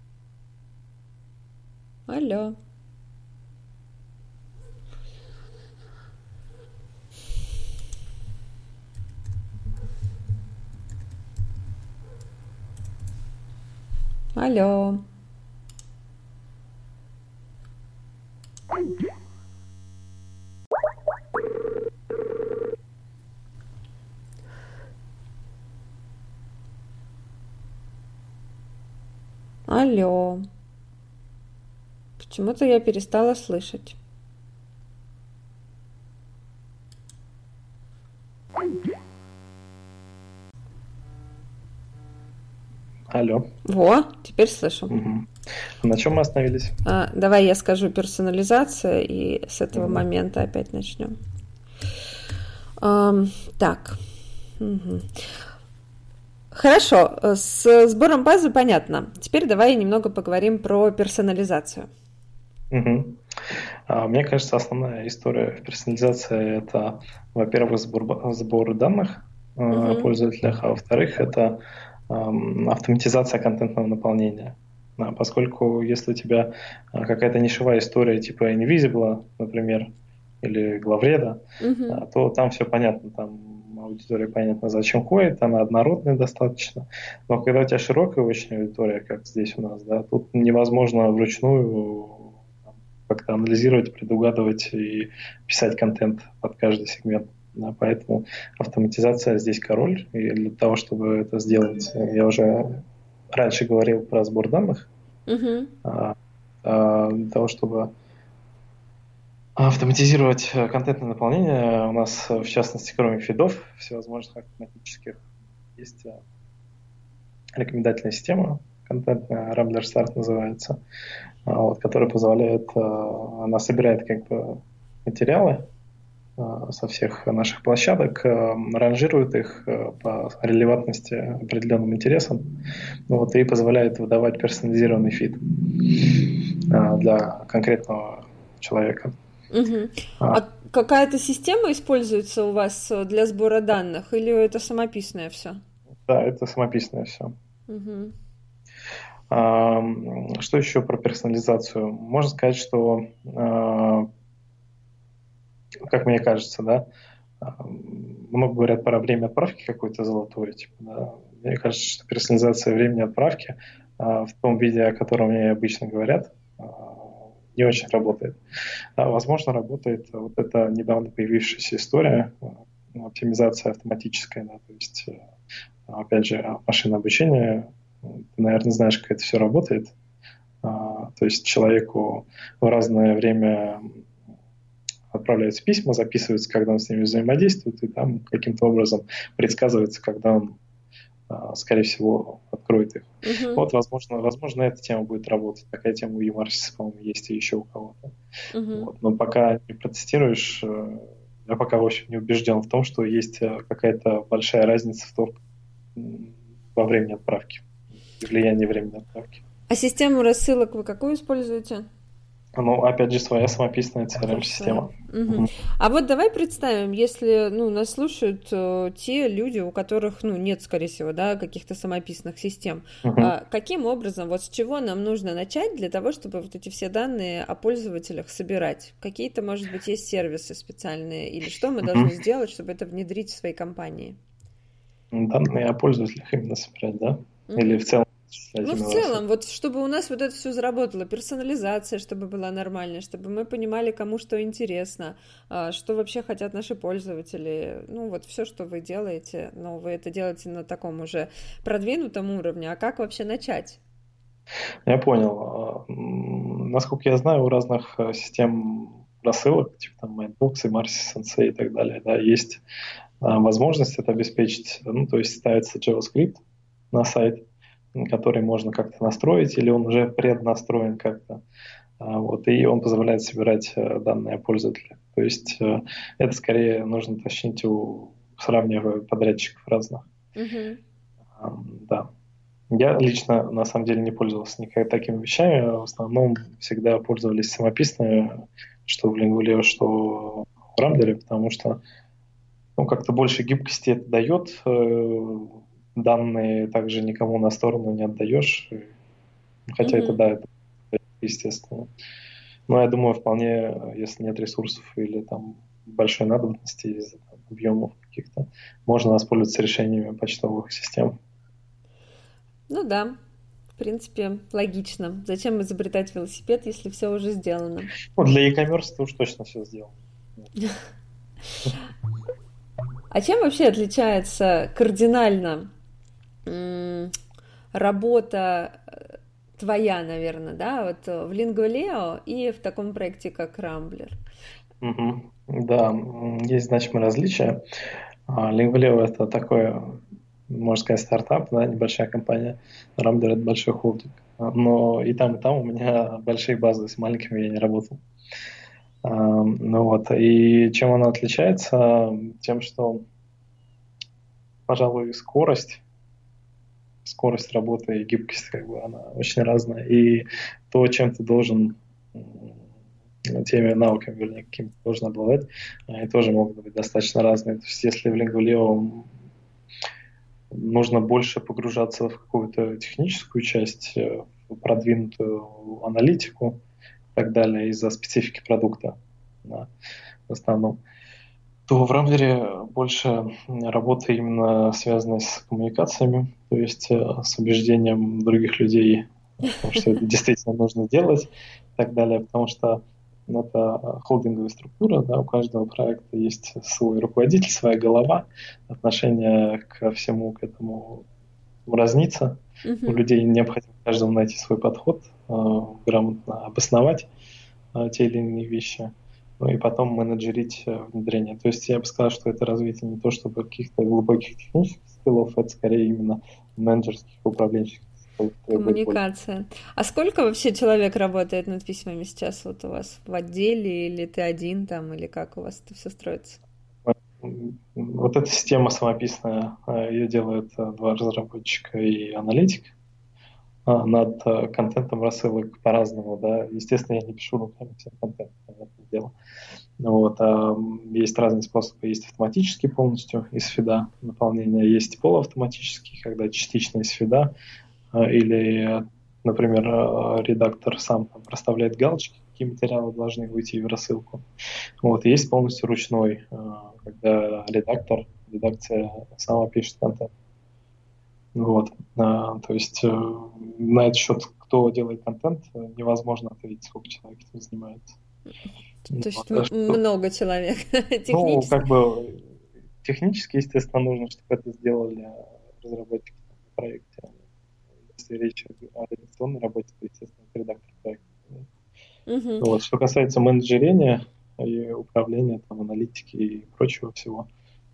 Speaker 1: Алло. Алло. Почему-то я перестала слышать.
Speaker 2: Алло.
Speaker 1: Во, теперь слышу.
Speaker 2: На чем мы остановились?
Speaker 1: Давай я скажу персонализация, и с этого момента опять начнем. Так. Хорошо, с сбором базы понятно. Теперь давай немного поговорим про персонализацию.
Speaker 2: Мне кажется, основная история в персонализации – это, во-первых, сбор данных пользователя, а во-вторых, это автоматизация контентного наполнения. Поскольку если у тебя какая-то нишевая история типа Invisible, например, или главреда, то там все понятно. Там аудитория понятно, зачем ходит, она однородная достаточно. Но когда у тебя широкая очень аудитория, как здесь у нас, да, тут невозможно вручную как-то анализировать, предугадывать и писать контент под каждый сегмент. Да, поэтому автоматизация здесь король. И для того, чтобы это сделать, я уже раньше говорил про сбор данных. Для того, чтобы автоматизировать контентное наполнение, у нас, в частности, кроме фидов всевозможных автоматических, есть рекомендательная система контентная, Rambler Start называется, которая позволяет, она собирает как бы материалы со всех наших площадок, ранжирует их по релевантности определенным интересам, и позволяет выдавать персонализированный фид для конкретного человека.
Speaker 1: А какая-то система используется у вас для сбора данных, или это самописное все?
Speaker 2: Да, это самописное все. Что еще про персонализацию? Можно сказать, что, как мне кажется, да, много говорят про время отправки какой-то золотой. Да. Мне кажется, что персонализация времени отправки в том виде, о котором мне обычно говорят, не очень работает. Да, возможно, работает вот эта недавно появившаяся история, оптимизация автоматическая, да, то есть, опять же, машинное обучение. Ты, наверное, знаешь, как это все работает. То есть человеку в разное время отправляются письма, записывается, когда он с ними взаимодействует, и там каким-то образом предсказывается, когда он, скорее всего, откроет их. Возможно, эта тема будет работать. Такая тема у Юмарсиса, по-моему, есть и еще у кого-то. Но пока не протестируешь, я пока, в общем, не убежден в том, что есть какая-то большая разница во времени отправки, влияние времени отправки.
Speaker 1: А систему рассылок вы какую используете?
Speaker 2: Опять же, своя самописная CRM-система.
Speaker 1: А вот давай представим, если нас слушают те люди, у которых нет, скорее всего, да, каких-то самописных систем. Каким образом, с чего нам нужно начать для того, чтобы вот эти все данные о пользователях собирать? Какие-то, может быть, есть сервисы специальные? Или что мы должны сделать, чтобы это внедрить в своей компании?
Speaker 2: Данные о пользователях именно собирать, да? Или в целом?
Speaker 1: В целом, чтобы у нас это все заработало, персонализация, чтобы была нормальная, чтобы мы понимали, кому что интересно, что вообще хотят наши пользователи, все, что вы делаете, но вы это делаете на таком уже продвинутом уровне, а как вообще начать?
Speaker 2: Я понял. Насколько я знаю, у разных систем рассылок, типа там Mindbox, Marcy, Sensei и так далее, да, есть возможность это обеспечить, то есть ставится JavaScript на сайт, который можно как-то настроить, или он уже преднастроен как-то. И он позволяет собирать данные о пользователе. То есть это скорее нужно уточнить, сравнивая подрядчиков разных. Да. Я лично, на самом деле, не пользовался никак такими вещами. В основном всегда пользовались самописными, что в Lingvoleo, что в Rambler, потому что как-то больше гибкости это дает. Данные также никому на сторону не отдаешь. Хотя это естественно. Но я думаю, вполне, если нет ресурсов или там большой надобности из-за объемов каких-то, можно воспользоваться решениями почтовых систем.
Speaker 1: Да, в принципе, логично. Зачем изобретать велосипед, если все уже сделано?
Speaker 2: Для e-commerce уж точно все сделано.
Speaker 1: А чем вообще отличается кардинально работа твоя, наверное, да, в Lingvoleo и в таком проекте, как Rambler?
Speaker 2: Да, есть значимые различия. Lingvoleo — это такой, можно сказать, стартап, да, небольшая компания. Rambler — это большой холдинг. Но и там у меня большие базы, с маленькими я не работал. И чем она отличается? Тем, что, пожалуй, скорость работы и гибкость, она очень разная. И то, чем ты должен, теми навыками, вернее, какими ты должен обладать, они тоже могут быть достаточно разные. То есть если в Lingvoleo нужно больше погружаться в какую-то техническую часть, в продвинутую аналитику и так далее из-за специфики продукта, да, в основном, то в Рамблере больше работы именно связанной с коммуникациями, то есть с убеждением других людей в том, что это действительно нужно делать и так далее, потому что это холдинговая структура, да, у каждого проекта есть свой руководитель, своя голова, отношение ко всему к этому разнится. У
Speaker 1: Мгм.
Speaker 2: людей необходимо каждому найти свой подход, грамотно обосновать те или иные вещи, ну и потом менеджерить внедрение. То есть я бы сказал, что это развитие не то чтобы каких-то глубоких технических скиллов, это скорее именно менеджерских, управленческих скиллов требует больше.
Speaker 1: Коммуникация. А сколько вообще человек работает над письмами сейчас вот у вас в отделе, или ты один там, или как у вас это все строится?
Speaker 2: Вот эта система самописная, ее делают два разработчика и аналитик. Над контентом рассылок по-разному, да. Естественно, я не пишу руками всем контент, понятное дело. Вот, есть разные способы. Есть автоматический полностью из фида наполнение, есть полуавтоматический, когда частично из фида, или, например, редактор сам там проставляет галочки, какие материалы должны уйти в рассылку. Вот, есть полностью ручной, когда редакция сама пишет контент. Вот. То есть на этот счет, кто делает контент, невозможно ответить, сколько человек этим занимается.
Speaker 1: То есть
Speaker 2: Вот. А что,
Speaker 1: много человек
Speaker 2: ну,
Speaker 1: технически.
Speaker 2: как бы технически, естественно, нужно, чтобы это сделали разработчики на проекте. Если речь о редакционной работе, то, естественно, это редактор проекта.
Speaker 1: Мгм.
Speaker 2: Вот. Что касается менеджерения и управления, там, аналитики и прочего всего,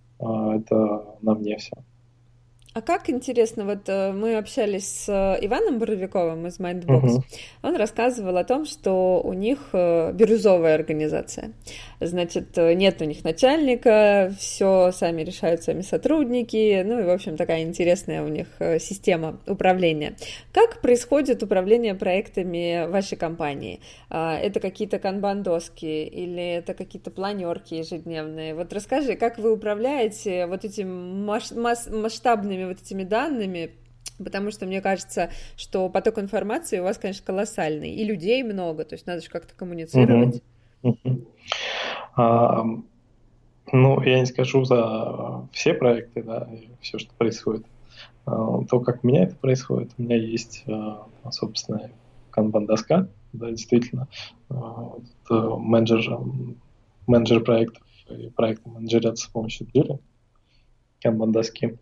Speaker 2: это на мне все.
Speaker 1: А как интересно, вот мы общались с Иваном Боровиковым из Mindbox.
Speaker 2: Угу.
Speaker 1: Он рассказывал о том, что у них бирюзовая организация. Значит, нет у них начальника, все сами решают сами сотрудники, ну и, в общем, такая интересная у них система управления. Как происходит управление проектами вашей компании? Это какие-то канбан-доски или это какие-то планерки ежедневные? Вот расскажи, как вы управляете вот этими масштабными вот этими данными, потому что мне кажется, что поток информации у вас, конечно, колоссальный, и людей много, то есть надо же как-то коммуницировать.
Speaker 2: Угу. Угу. А, ну, я не скажу за все проекты, да, и все, что происходит. То, как у меня это происходит, у меня есть собственная канбан-доска, да, действительно, менеджер проектов и проекты менеджерятся с помощью Jira, канбан-доски.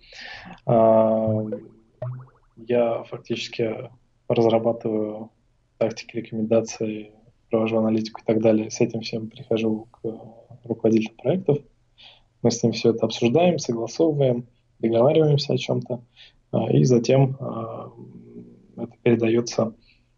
Speaker 2: Я фактически разрабатываю тактики, рекомендации, провожу аналитику и так далее. С этим всем прихожу к руководителю проектов. Мы с ним все это обсуждаем, согласовываем, договариваемся о чем-то, и затем это передается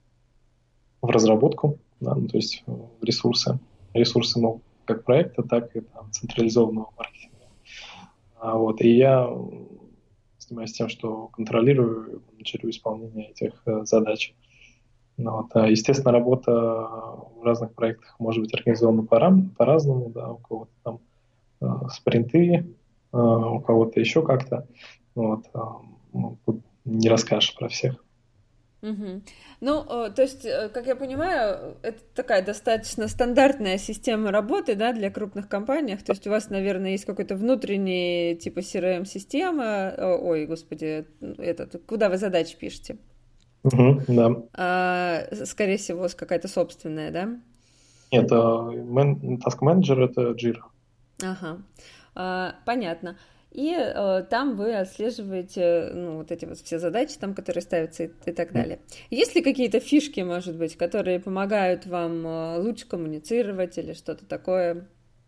Speaker 2: в разработку, да, ну, то есть в ресурсы. Ресурсы, ну, как проекта, так и там, централизованного маркетинга. Вот, и я занимаюсь тем, что контролирую, менеджерю исполнение этих задач. Вот. Естественно, работа в разных проектах может быть организована по-разному, да, у кого-то там спринты, у кого-то еще как-то. Вот. Ну, тут не расскажешь про всех.
Speaker 1: Мгм. Ну, то есть, как я понимаю, это такая достаточно стандартная система работы, да, для крупных компаний. То есть у вас, наверное, есть какой-то внутренний типа CRM-система, ой, господи, этот, куда вы задачи пишете?
Speaker 2: Да.
Speaker 1: Скорее всего, у вас какая-то собственная, да?
Speaker 2: Нет, Task Manager — это Jira.
Speaker 1: Ага, понятно. И там вы отслеживаете, ну, вот эти вот все задачи, там, которые ставятся и так далее. Есть ли какие-то фишки, может быть, которые помогают вам лучше коммуницировать или что-то такое?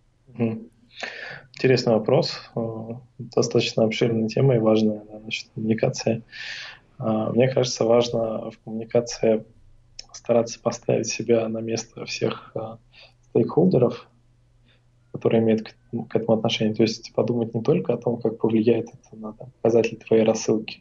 Speaker 2: Интересный вопрос. Достаточно обширная тема и важная, да, насчет коммуникации. Мне кажется, важно в коммуникации стараться поставить себя на место всех стейкхолдеров, которые имеют к этому отношение. То есть подумать не только о том, как повлияет это на показатели твоей рассылки,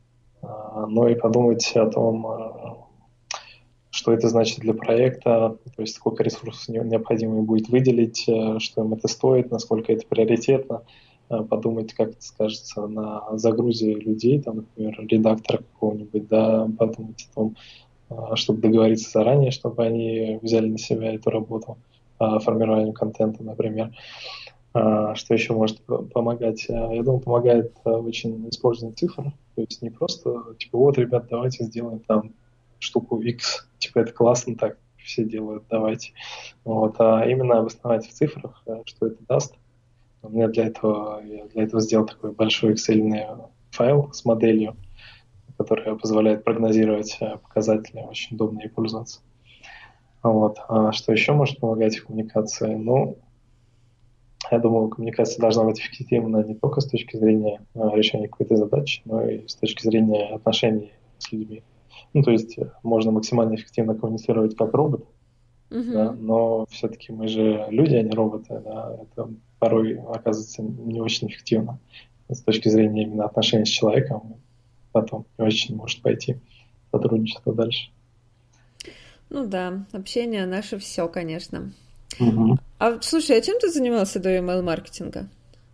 Speaker 2: но и подумать о том, что это значит для проекта, то есть сколько ресурсов необходимо будет выделить, что им это стоит, насколько это приоритетно, подумать, как это скажется на загрузе людей, там, например, редактора какого-нибудь, да, подумать о том, чтобы договориться заранее, чтобы они взяли на себя эту работу по формированию контента, например. Что еще может помогать? Я думаю, помогает очень использование цифр. То есть не просто, типа, вот, ребят, давайте сделаем там штуку X, типа, это классно, так все делают, давайте. Вот, а именно обосновать в цифрах, что это даст. Я для этого сделал такой большой Excel файл с моделью, которая позволяет прогнозировать показатели, очень удобно ей пользоваться. Вот. А что еще может помогать в коммуникации? Ну, я думаю, коммуникация должна быть эффективна не только с точки зрения решения какой-то задачи, но и с точки зрения отношений с людьми. Ну, то есть можно максимально эффективно коммуницировать как робот, да,
Speaker 1: Угу.
Speaker 2: но все-таки мы же люди, а не роботы, да, это порой оказывается не очень эффективно с точки зрения именно отношений с человеком, потом не очень может пойти сотрудничество дальше.
Speaker 1: Ну да, общение наше все, конечно.
Speaker 2: Мгм.
Speaker 1: А слушай, а чем ты занимался до email-маркетинга?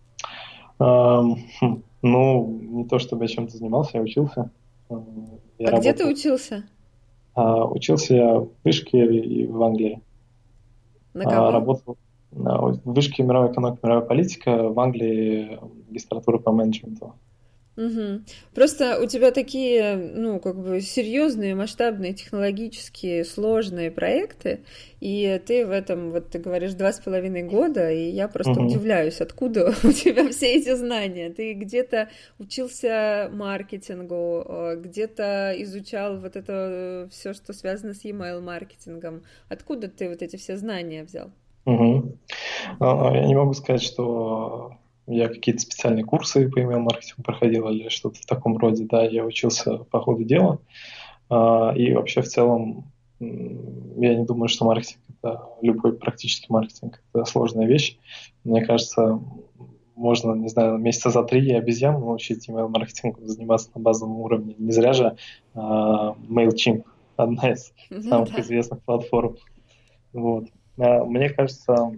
Speaker 2: Ну, не то чтобы я чем-то занимался, я учился. Я
Speaker 1: А где ты
Speaker 2: работал.
Speaker 1: учился?
Speaker 2: Учился я в Вышке и в Англии.
Speaker 1: На кого?
Speaker 2: Работал в Вышке мировой экономика, мировая политика, в Англии магистратура по менеджменту.
Speaker 1: Мгм. Просто у тебя такие, ну, как бы серьезные, масштабные, технологические, сложные проекты, и ты в этом, вот ты говоришь, 2,5 года, и я просто
Speaker 2: Мгм.
Speaker 1: удивляюсь, откуда у тебя все эти знания. Ты где-то учился маркетингу, где-то изучал вот это все, что связано с email-маркетингом. Откуда ты вот эти все знания взял?
Speaker 2: Мгм. Я не могу сказать, что я какие-то специальные курсы по email-маркетингу проходил или что-то в таком роде. Да, я учился по ходу дела. И вообще в целом я не думаю, что маркетинг это любой практически маркетинг это сложная вещь. Мне кажется, можно, не знаю, месяца за 3 обезьян научить email-маркетингу заниматься на базовом уровне. Не зря же MailChimp одна из
Speaker 1: Ну
Speaker 2: самых
Speaker 1: да.
Speaker 2: известных платформ. Вот. Мне кажется,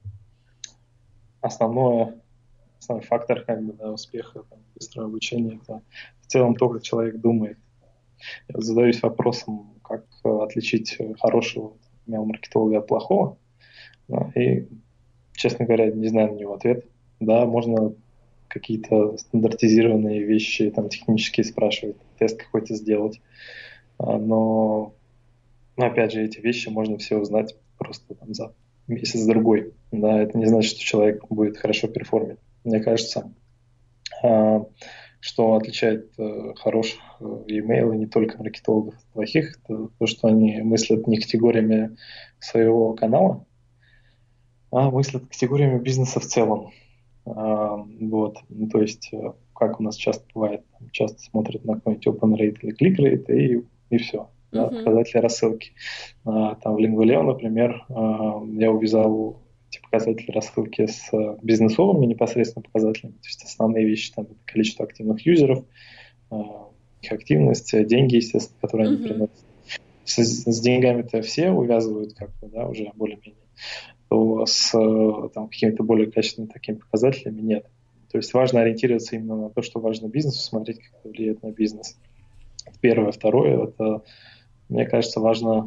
Speaker 2: основное, основной фактор как бы, да, успеха, там, быстрого обучения это в целом то, как человек думает. Я задаюсь вопросом, как отличить хорошего email-маркетолога от плохого. И, честно говоря, не знаю на него ответ. Да, можно какие-то стандартизированные вещи, там, технические спрашивать, тест какой-то сделать. Но, опять же, эти вещи можно все узнать просто там, за месяц-другой. Да, это не значит, что человек будет хорошо перформить. Мне кажется, а, что отличает хороших e-mail и не только маркетологов от плохих, это то, что они мыслят не категориями своего канала, а мыслят категориями бизнеса в целом. Вот. Ну, то есть, как у нас часто бывает, часто смотрят на какой-нибудь open rate или click rate и все. Да,
Speaker 1: Мгм.
Speaker 2: показатели рассылки. Там в Lingoleo, например, я увязал эти показатели рассылки с бизнесовыми непосредственно показателями. То есть основные вещи там это количество активных юзеров, их активность, деньги, естественно, которые они
Speaker 1: Мгм.
Speaker 2: приносят. С деньгами-то все увязывают как-то, да, уже более-менее, то с там, какими-то более качественными такими показателями нет. То есть важно ориентироваться именно на то, что важно бизнесу, смотреть, как это влияет на бизнес. Первое. Второе, это, мне кажется, важно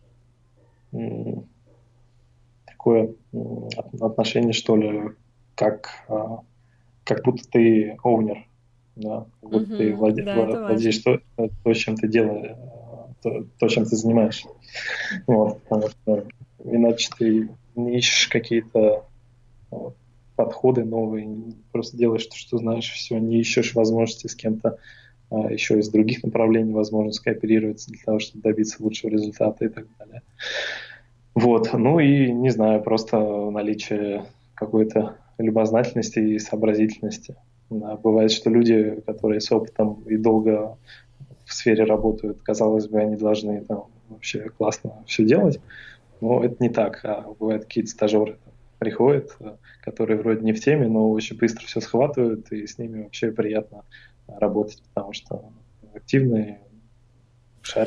Speaker 2: такое отношение, что ли, как, как будто ты оунер, да, как будто ты
Speaker 1: Мгм. Да, это
Speaker 2: владеешь
Speaker 1: важно.
Speaker 2: то, чем ты делаешь, чем ты занимаешься. Вот, потому что иначе ты не ищешь какие-то вот, подходы новые, просто делаешь то, что знаешь, все, не ищешь возможности с кем-то еще из других направлений, возможно, скооперироваться для того, чтобы добиться лучшего результата и так далее. Вот, ну и, не знаю, просто наличие какой-то любознательности и сообразительности. Да, бывает, что люди, которые с опытом и долго в сфере работают, казалось бы, они должны там вообще классно все делать, но это не так. Бывают какие-то стажеры приходят, которые вроде не в теме, но очень быстро все схватывают, и с ними вообще приятно работать, потому что активные, шарят.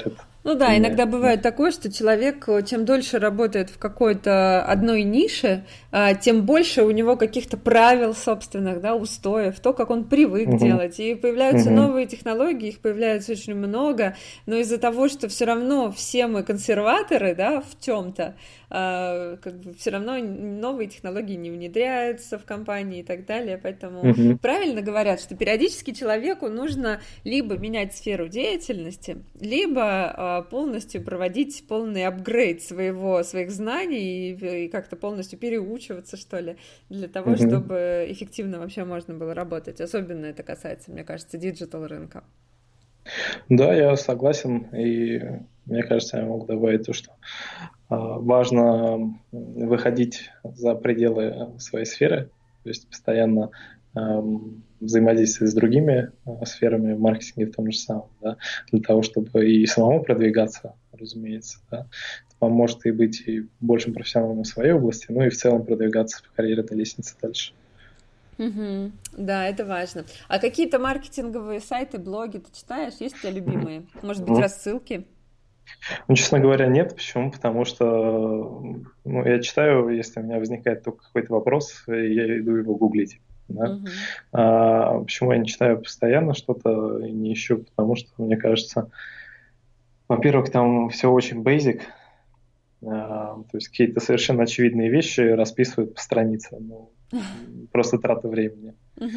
Speaker 1: Ну да, иногда бывает такое, что человек, чем дольше работает в какой-то одной нише, тем больше у него каких-то правил собственных, да, устоев, то, как он привык делать. И появляются новые технологии, их появляется очень много, но из-за того, что все равно все мы консерваторы, да, в чем-то, как бы все равно новые технологии не внедряются в компании и так далее, поэтому правильно говорят, что периодически человеку нужно либо менять сферу деятельности, либо полностью проводить полный апгрейд своих знаний и как-то полностью переучиваться, что ли, для того, чтобы эффективно вообще можно было работать. Особенно это касается, мне кажется, диджитал рынка.
Speaker 2: Да, я согласен, и мне кажется, я могу добавить то, что важно выходить за пределы своей сферы, то есть постоянно взаимодействовать с другими сферами маркетинга в том же самом, да, для того, чтобы и самому продвигаться, разумеется, да. Это поможет и быть и большим профессионалом в своей области, ну и в целом продвигаться по карьерной лестнице дальше.
Speaker 1: Да, это важно. А какие-то маркетинговые сайты, блоги ты читаешь? Есть у тебя любимые? Может быть, рассылки?
Speaker 2: Ну, честно говоря, нет. Почему? Потому что я читаю, если у меня возникает только какой-то вопрос, я иду его гуглить. Да? Почему я не читаю постоянно что-то и не ищу? Потому что, мне кажется, во-первых, там все очень basic, то есть какие-то совершенно очевидные вещи расписывают по странице. Просто трата времени.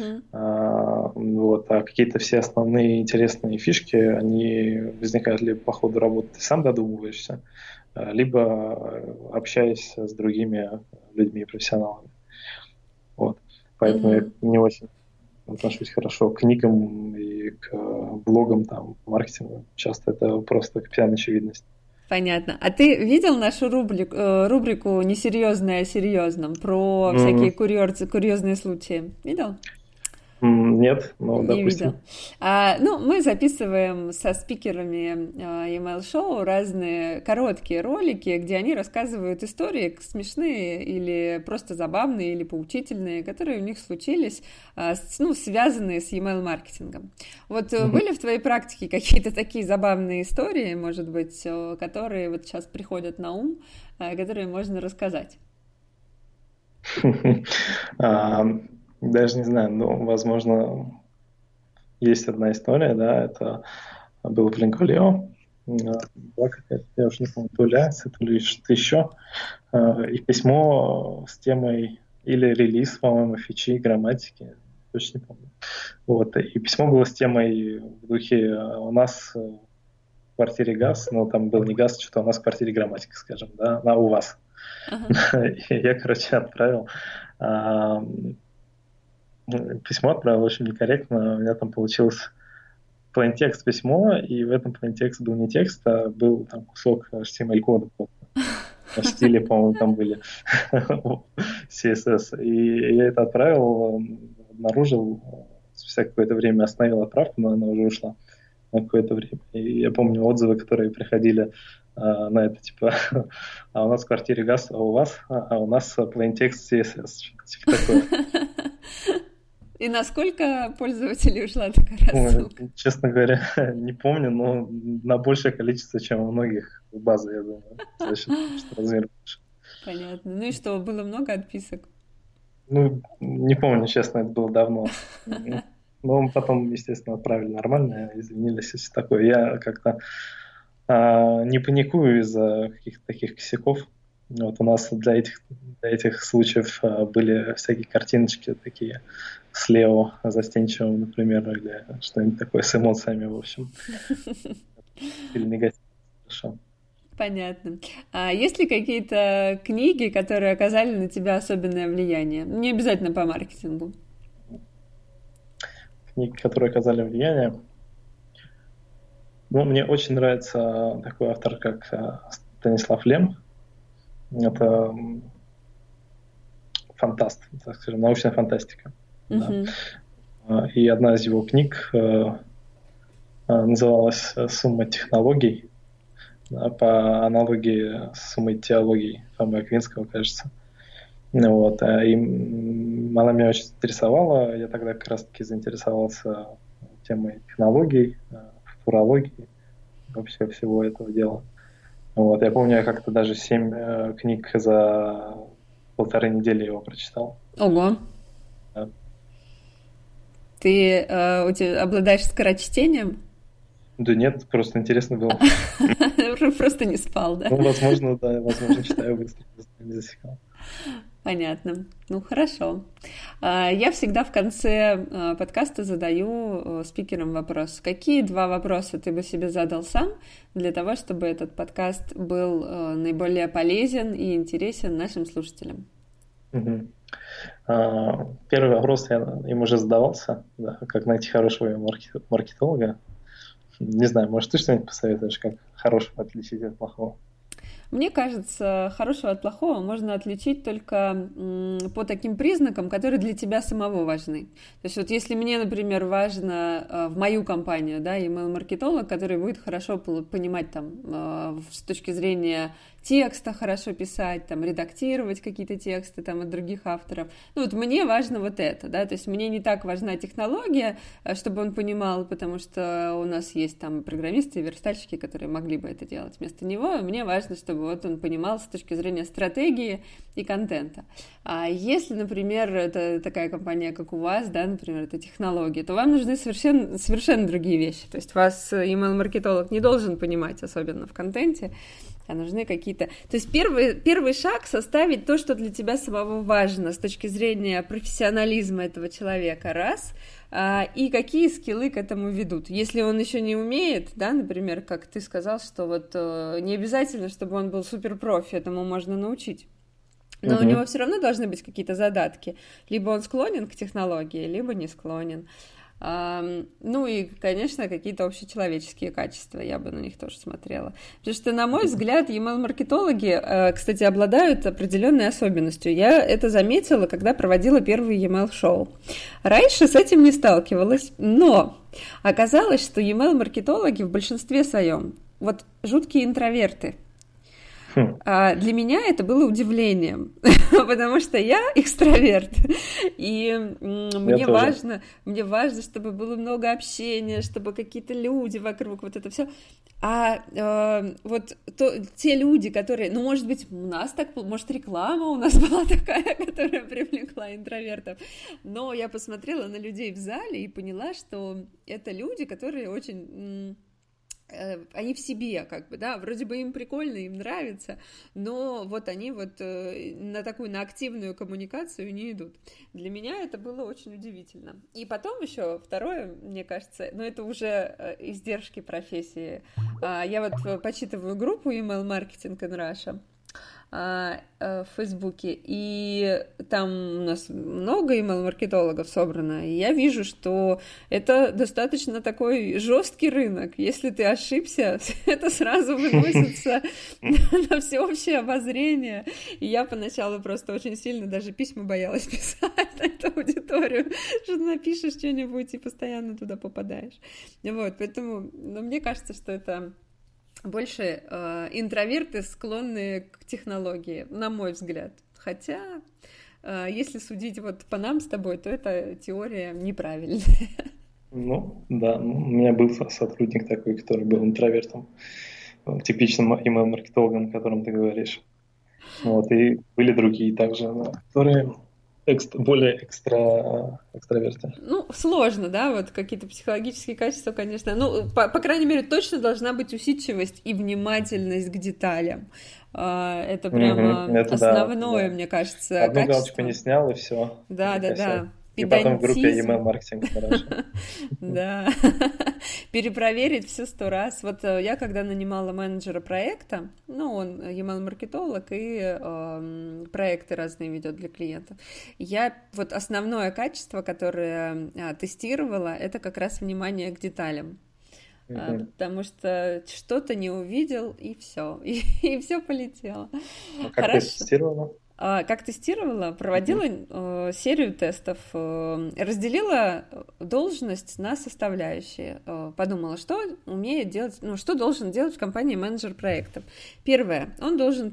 Speaker 2: А какие-то все основные интересные фишки, они возникают либо по ходу работы, ты сам додумываешься, либо общаясь с другими людьми, профессионалами. Вот. Поэтому я не очень отношусь хорошо к книгам и к блогам, там, маркетингу. Часто это просто капитальная очевидность.
Speaker 1: Понятно. А ты видел нашу рубрику «Несерьезное о серьезном» про всякие курьезные случаи? Видел?
Speaker 2: Нет, но
Speaker 1: не
Speaker 2: допустим.
Speaker 1: Видел. Мы записываем со спикерами email-шоу разные короткие ролики, где они рассказывают истории смешные или просто забавные, или поучительные, которые у них случились, связанные с email-маркетингом. Вот были в твоей практике какие-то такие забавные истории, может быть, которые вот сейчас приходят на ум, которые можно рассказать?
Speaker 2: Даже не знаю, но, возможно, есть одна история, да, это было в Линкольо, была какая-то, я уже не помню, то ли акция, то ли что-то еще, и письмо с темой или релиз, по-моему, фичи, грамматики, точно не помню. Вот, и письмо было с темой в духе «у нас в квартире газ», но там был не газ, что-то «у нас в квартире грамматика», скажем, да, а у вас. Я, короче, отправил письмо, отправил очень некорректно. У меня там получился plain-текст письмо, и в этом plain-текст был не текст, а был там кусок HTML-кода. В стиле, по-моему, там были CSS. И я это отправил, обнаружил, спустя какое-то время остановил отправку, но она уже ушла на какое-то время. И я помню отзывы, которые приходили на это, типа, а у нас в квартире газ, а у вас, а у нас plain-текст CSS. Типа такое.
Speaker 1: И насколько пользователей ушла такая рассылка?
Speaker 2: Честно говоря, не помню, но на большее количество, чем у многих в базе, я думаю. За счет того, что размер больше.
Speaker 1: Понятно. Ну и что, было много отписок?
Speaker 2: Не помню, честно, это было давно. Но потом, естественно, отправили нормально, извинились, если такое. Я как-то не паникую из-за каких-то таких косяков. Вот у нас для этих случаев были всякие картиночки такие слева застенчивым, например, или что-нибудь такое с эмоциями, в общем. Или негативно. Хорошо.
Speaker 1: Понятно. А есть ли какие-то книги, которые оказали на тебя особенное влияние? Не обязательно по маркетингу.
Speaker 2: Книги, которые оказали влияние? Мне очень нравится такой автор, как Станислав Лем. Это фантаст, так скажем, научная фантастика. Да. И одна из его книг называлась «Сумма технологий», да, по аналогии с «Суммой теологий» Фомы Аквинского, кажется. Вот. И она меня очень интересовала. Я тогда как раз-таки заинтересовался темой технологий, футурологии, вообще всего этого дела. Вот, я помню, я как-то даже 7 книг за 1,5 недели его прочитал.
Speaker 1: Ого.
Speaker 2: Да.
Speaker 1: Ты обладаешь скорочтением?
Speaker 2: Да нет, просто интересно было.
Speaker 1: Просто не спал, да?
Speaker 2: Ну, возможно, да, возможно, читаю быстро, не засекал.
Speaker 1: Понятно. Ну, хорошо. Я всегда в конце подкаста задаю спикерам вопрос. Какие 2 вопроса ты бы себе задал сам для того, чтобы этот подкаст был наиболее полезен и интересен нашим слушателям?
Speaker 2: Угу. Первый вопрос я им уже задавался, да, как найти хорошего маркетолога. Не знаю, может, ты что-нибудь посоветуешь, как хорошего отличить от плохого?
Speaker 1: Мне кажется, хорошего от плохого можно отличить только по таким признакам, которые для тебя самого важны. То есть вот если мне, например, важно в мою компанию, да, email-маркетолог, который будет хорошо понимать там с точки зрения текста хорошо писать, там, редактировать какие-то тексты там от других авторов. Ну вот мне важно вот это, да, то есть мне не так важна технология, чтобы он понимал, потому что у нас есть там программисты и верстальщики, которые могли бы это делать вместо него. Мне важно, чтобы вот он понимал с точки зрения стратегии и контента. А если, например, это такая компания, как у вас, да, например, это технологии, то вам нужны совершенно другие вещи. То есть вас email-маркетолог не должен понимать, особенно в контенте, а нужны какие-то... То есть первый шаг — составить то, что для тебя самого важно с точки зрения профессионализма этого человека, раз, и какие скиллы к этому ведут. Если он еще не умеет, да, например, как ты сказал, что вот не обязательно, чтобы он был суперпрофи, этому можно научить. Но у него все равно должны быть какие-то задатки. Либо он склонен к технологии, либо не склонен. Ну и, конечно, какие-то общечеловеческие качества, я бы на них тоже смотрела. Потому что, на мой взгляд, email-маркетологи, кстати, обладают определенной особенностью. Я это заметила, когда проводила первый email-шоу. Раньше с этим не сталкивалась, но оказалось, что email-маркетологи в большинстве своем вот жуткие интроверты. Для меня это было удивлением, потому что я экстраверт, и мне важно, чтобы было много общения, чтобы какие-то люди вокруг, вот это все. Те люди, которые, ну, может быть, у нас так, может, реклама у нас была такая, которая привлекла интровертов, но я посмотрела на людей в зале и поняла, что это люди, которые очень... Они в себе, как бы, да, вроде бы им прикольно, им нравится, но вот они вот на активную коммуникацию не идут. Для меня это было очень удивительно. И потом еще второе, мне кажется, но это уже издержки профессии. Я вот почитываю группу Email Marketing in Russia в Фейсбуке, и там у нас много email-маркетологов собрано, и я вижу, что это достаточно такой жесткий рынок. Если ты ошибся, это сразу выносится на всеобщее обозрение. И я поначалу просто очень сильно даже письма боялась писать на эту аудиторию, что напишешь что-нибудь и постоянно туда попадаешь. Вот, поэтому, мне кажется, что это больше интроверты, склонные к технологии, на мой взгляд. Хотя, если судить вот по нам с тобой, то эта теория неправильная.
Speaker 2: Ну, да, у меня был сотрудник такой, который был интровертом, типичным email-маркетологом, о котором ты говоришь. Вот, и были другие также, которые... более экстраверты.
Speaker 1: Ну, сложно, да, вот какие-то психологические качества, конечно. Ну, по крайней мере, точно должна быть усидчивость и внимательность к деталям. Это прямо основное, мне кажется,
Speaker 2: одну
Speaker 1: качество.
Speaker 2: галочку не снял, и все.
Speaker 1: Да.
Speaker 2: И потом в группе email-маркетинг.
Speaker 1: Да, перепроверить все 100 раз. Вот я, когда нанимала менеджера проекта, ну, он email-маркетолог и проекты разные ведет для клиентов, я вот основное качество, которое тестировала, это как раз внимание к деталям. Потому что что-то не увидел, и все, и все полетело.
Speaker 2: Как ты тестировала?
Speaker 1: Как тестировала, проводила серию тестов, разделила должность на составляющие, подумала, что умеет делать, что должен делать в компании менеджер проектов. Первое, он должен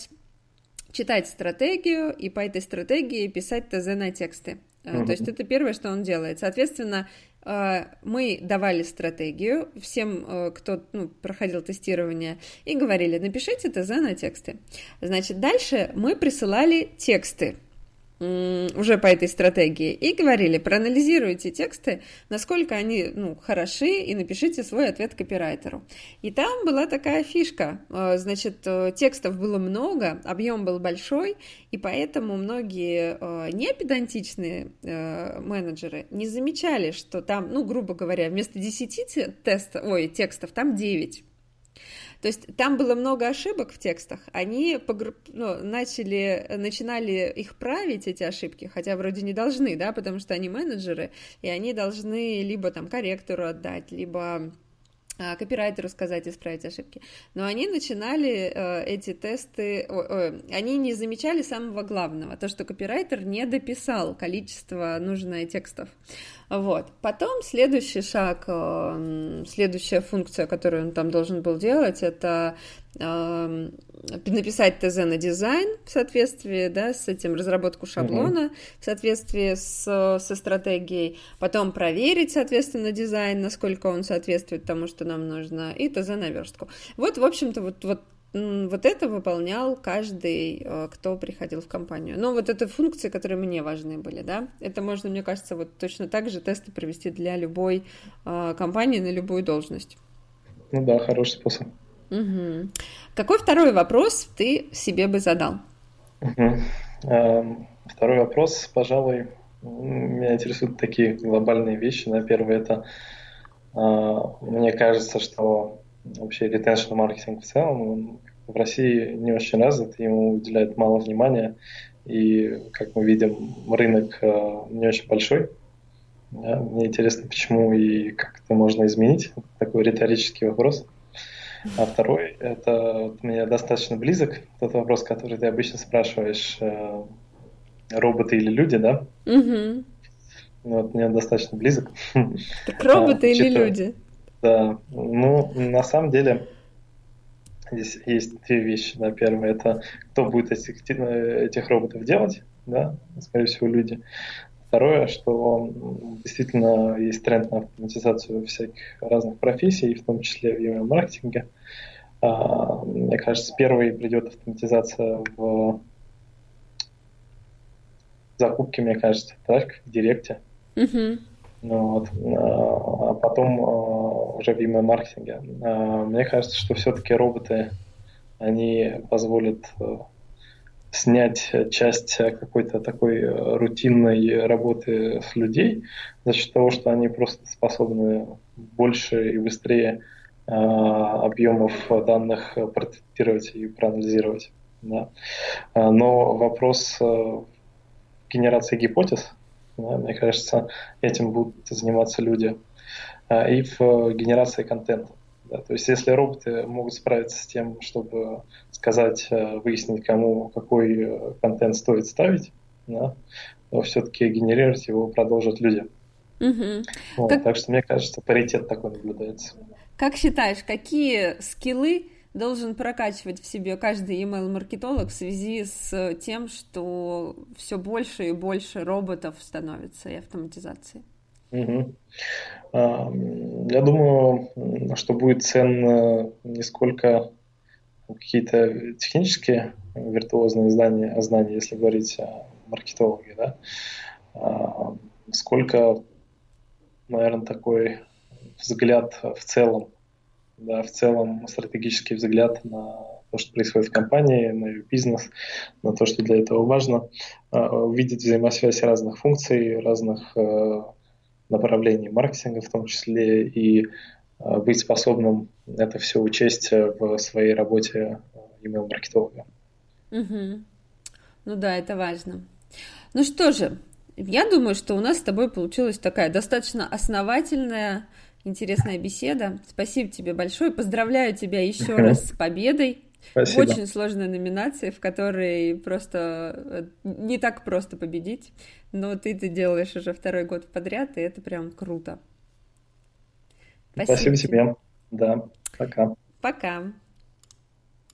Speaker 1: читать стратегию и по этой стратегии писать ТЗ на тексты. То есть это первое, что он делает. Соответственно, Мы давали стратегию всем, кто проходил тестирование, и говорили, напишите ТЗ на тексты. Значит, дальше мы присылали тексты уже по этой стратегии и говорили, проанализируйте тексты, насколько они хороши, и напишите свой ответ копирайтеру. И там была такая фишка, значит, текстов было много, объем был большой, и поэтому многие непедантичные менеджеры не замечали, что там, начали говоря, вместо 10 текстов там 9. То есть там было много ошибок в текстах, они начинали их править, эти ошибки, хотя вроде не должны, да, потому что они менеджеры, и они должны либо там корректору отдать, либо копирайтеру сказать исправить ошибки. Но они начинали эти тесты, они не замечали самого главного, то, что копирайтер не дописал количество нужное текстов. Вот. Потом следующий шаг, следующая функция, которую он там должен был делать, это написать ТЗ на дизайн в соответствии, да, с этим, разработку шаблона в соответствии со стратегией, потом проверить, соответственно, дизайн, насколько он соответствует тому, что нам нужно, и ТЗ на верстку. Вот, в общем-то, вот это выполнял каждый, кто приходил в компанию. Но вот это функции, которые мне важны были, да, это можно, мне кажется, вот точно так же тесты провести для любой компании на любую должность.
Speaker 2: Ну да, хороший способ.
Speaker 1: Угу. Какой второй вопрос ты себе бы задал?
Speaker 2: Второй вопрос, пожалуй, меня интересуют такие глобальные вещи. Первое, это мне кажется, что вообще retention маркетинг в целом в России не очень развит, ему уделяют мало внимания, и, как мы видим, рынок не очень большой. Мне интересно, почему и как это можно изменить. Такой риторический вопрос. А второй, это мне достаточно близок, тот вопрос, который ты обычно спрашиваешь, роботы или люди, да?
Speaker 1: Угу.
Speaker 2: Вот, мне достаточно близок.
Speaker 1: Так роботы или люди?
Speaker 2: Да, на самом деле здесь есть две вещи. Да. Первое, это кто будет этих роботов делать, да, скорее всего, люди. Второе, что действительно есть тренд на автоматизацию всяких разных профессий, в том числе в email-маркетинге. Мне кажется, первой придет автоматизация в закупке, мне кажется, так, в Директе.
Speaker 1: Uh-huh.
Speaker 2: А потом уже в email-маркетинге. Мне кажется, что все-таки роботы, они позволят снять часть какой-то такой рутинной работы с людей за счет того, что они просто способны больше и быстрее объемов данных протестировать и проанализировать. Да. Но вопрос генерации гипотез, да, мне кажется, этим будут заниматься люди. И в генерации контента. Да, то есть если роботы могут справиться с тем, чтобы сказать, выяснить, кому какой контент стоит ставить, да, то все-таки генерировать его продолжат люди.
Speaker 1: Угу.
Speaker 2: Вот, так что, мне кажется, паритет такой наблюдается.
Speaker 1: Как считаешь, какие скиллы должен прокачивать в себе каждый email-маркетолог в связи с тем, что все больше и больше роботов становится и автоматизации?
Speaker 2: Угу. Я думаю, что будет ценно не сколько какие-то технические виртуозные знания, если говорить о маркетологе, да, сколько, наверное, такой взгляд в целом, да, в целом стратегический взгляд на то, что происходит в компании, на ее бизнес, на то, что для этого важно, увидеть взаимосвязь разных функций, разных направлений маркетинга в том числе, и быть способным это все учесть в своей работе email-маркетолога.
Speaker 1: Угу. Ну да, это важно. Ну что же, я думаю, что у нас с тобой получилась такая достаточно основательная, интересная беседа. Спасибо тебе большое. Поздравляю тебя еще раз с победой.
Speaker 2: Спасибо.
Speaker 1: В очень сложной номинации, в которой просто не так просто победить, но ты это делаешь уже второй год подряд, и это прям круто.
Speaker 2: Спасибо тебе. Да, пока.
Speaker 1: Пока.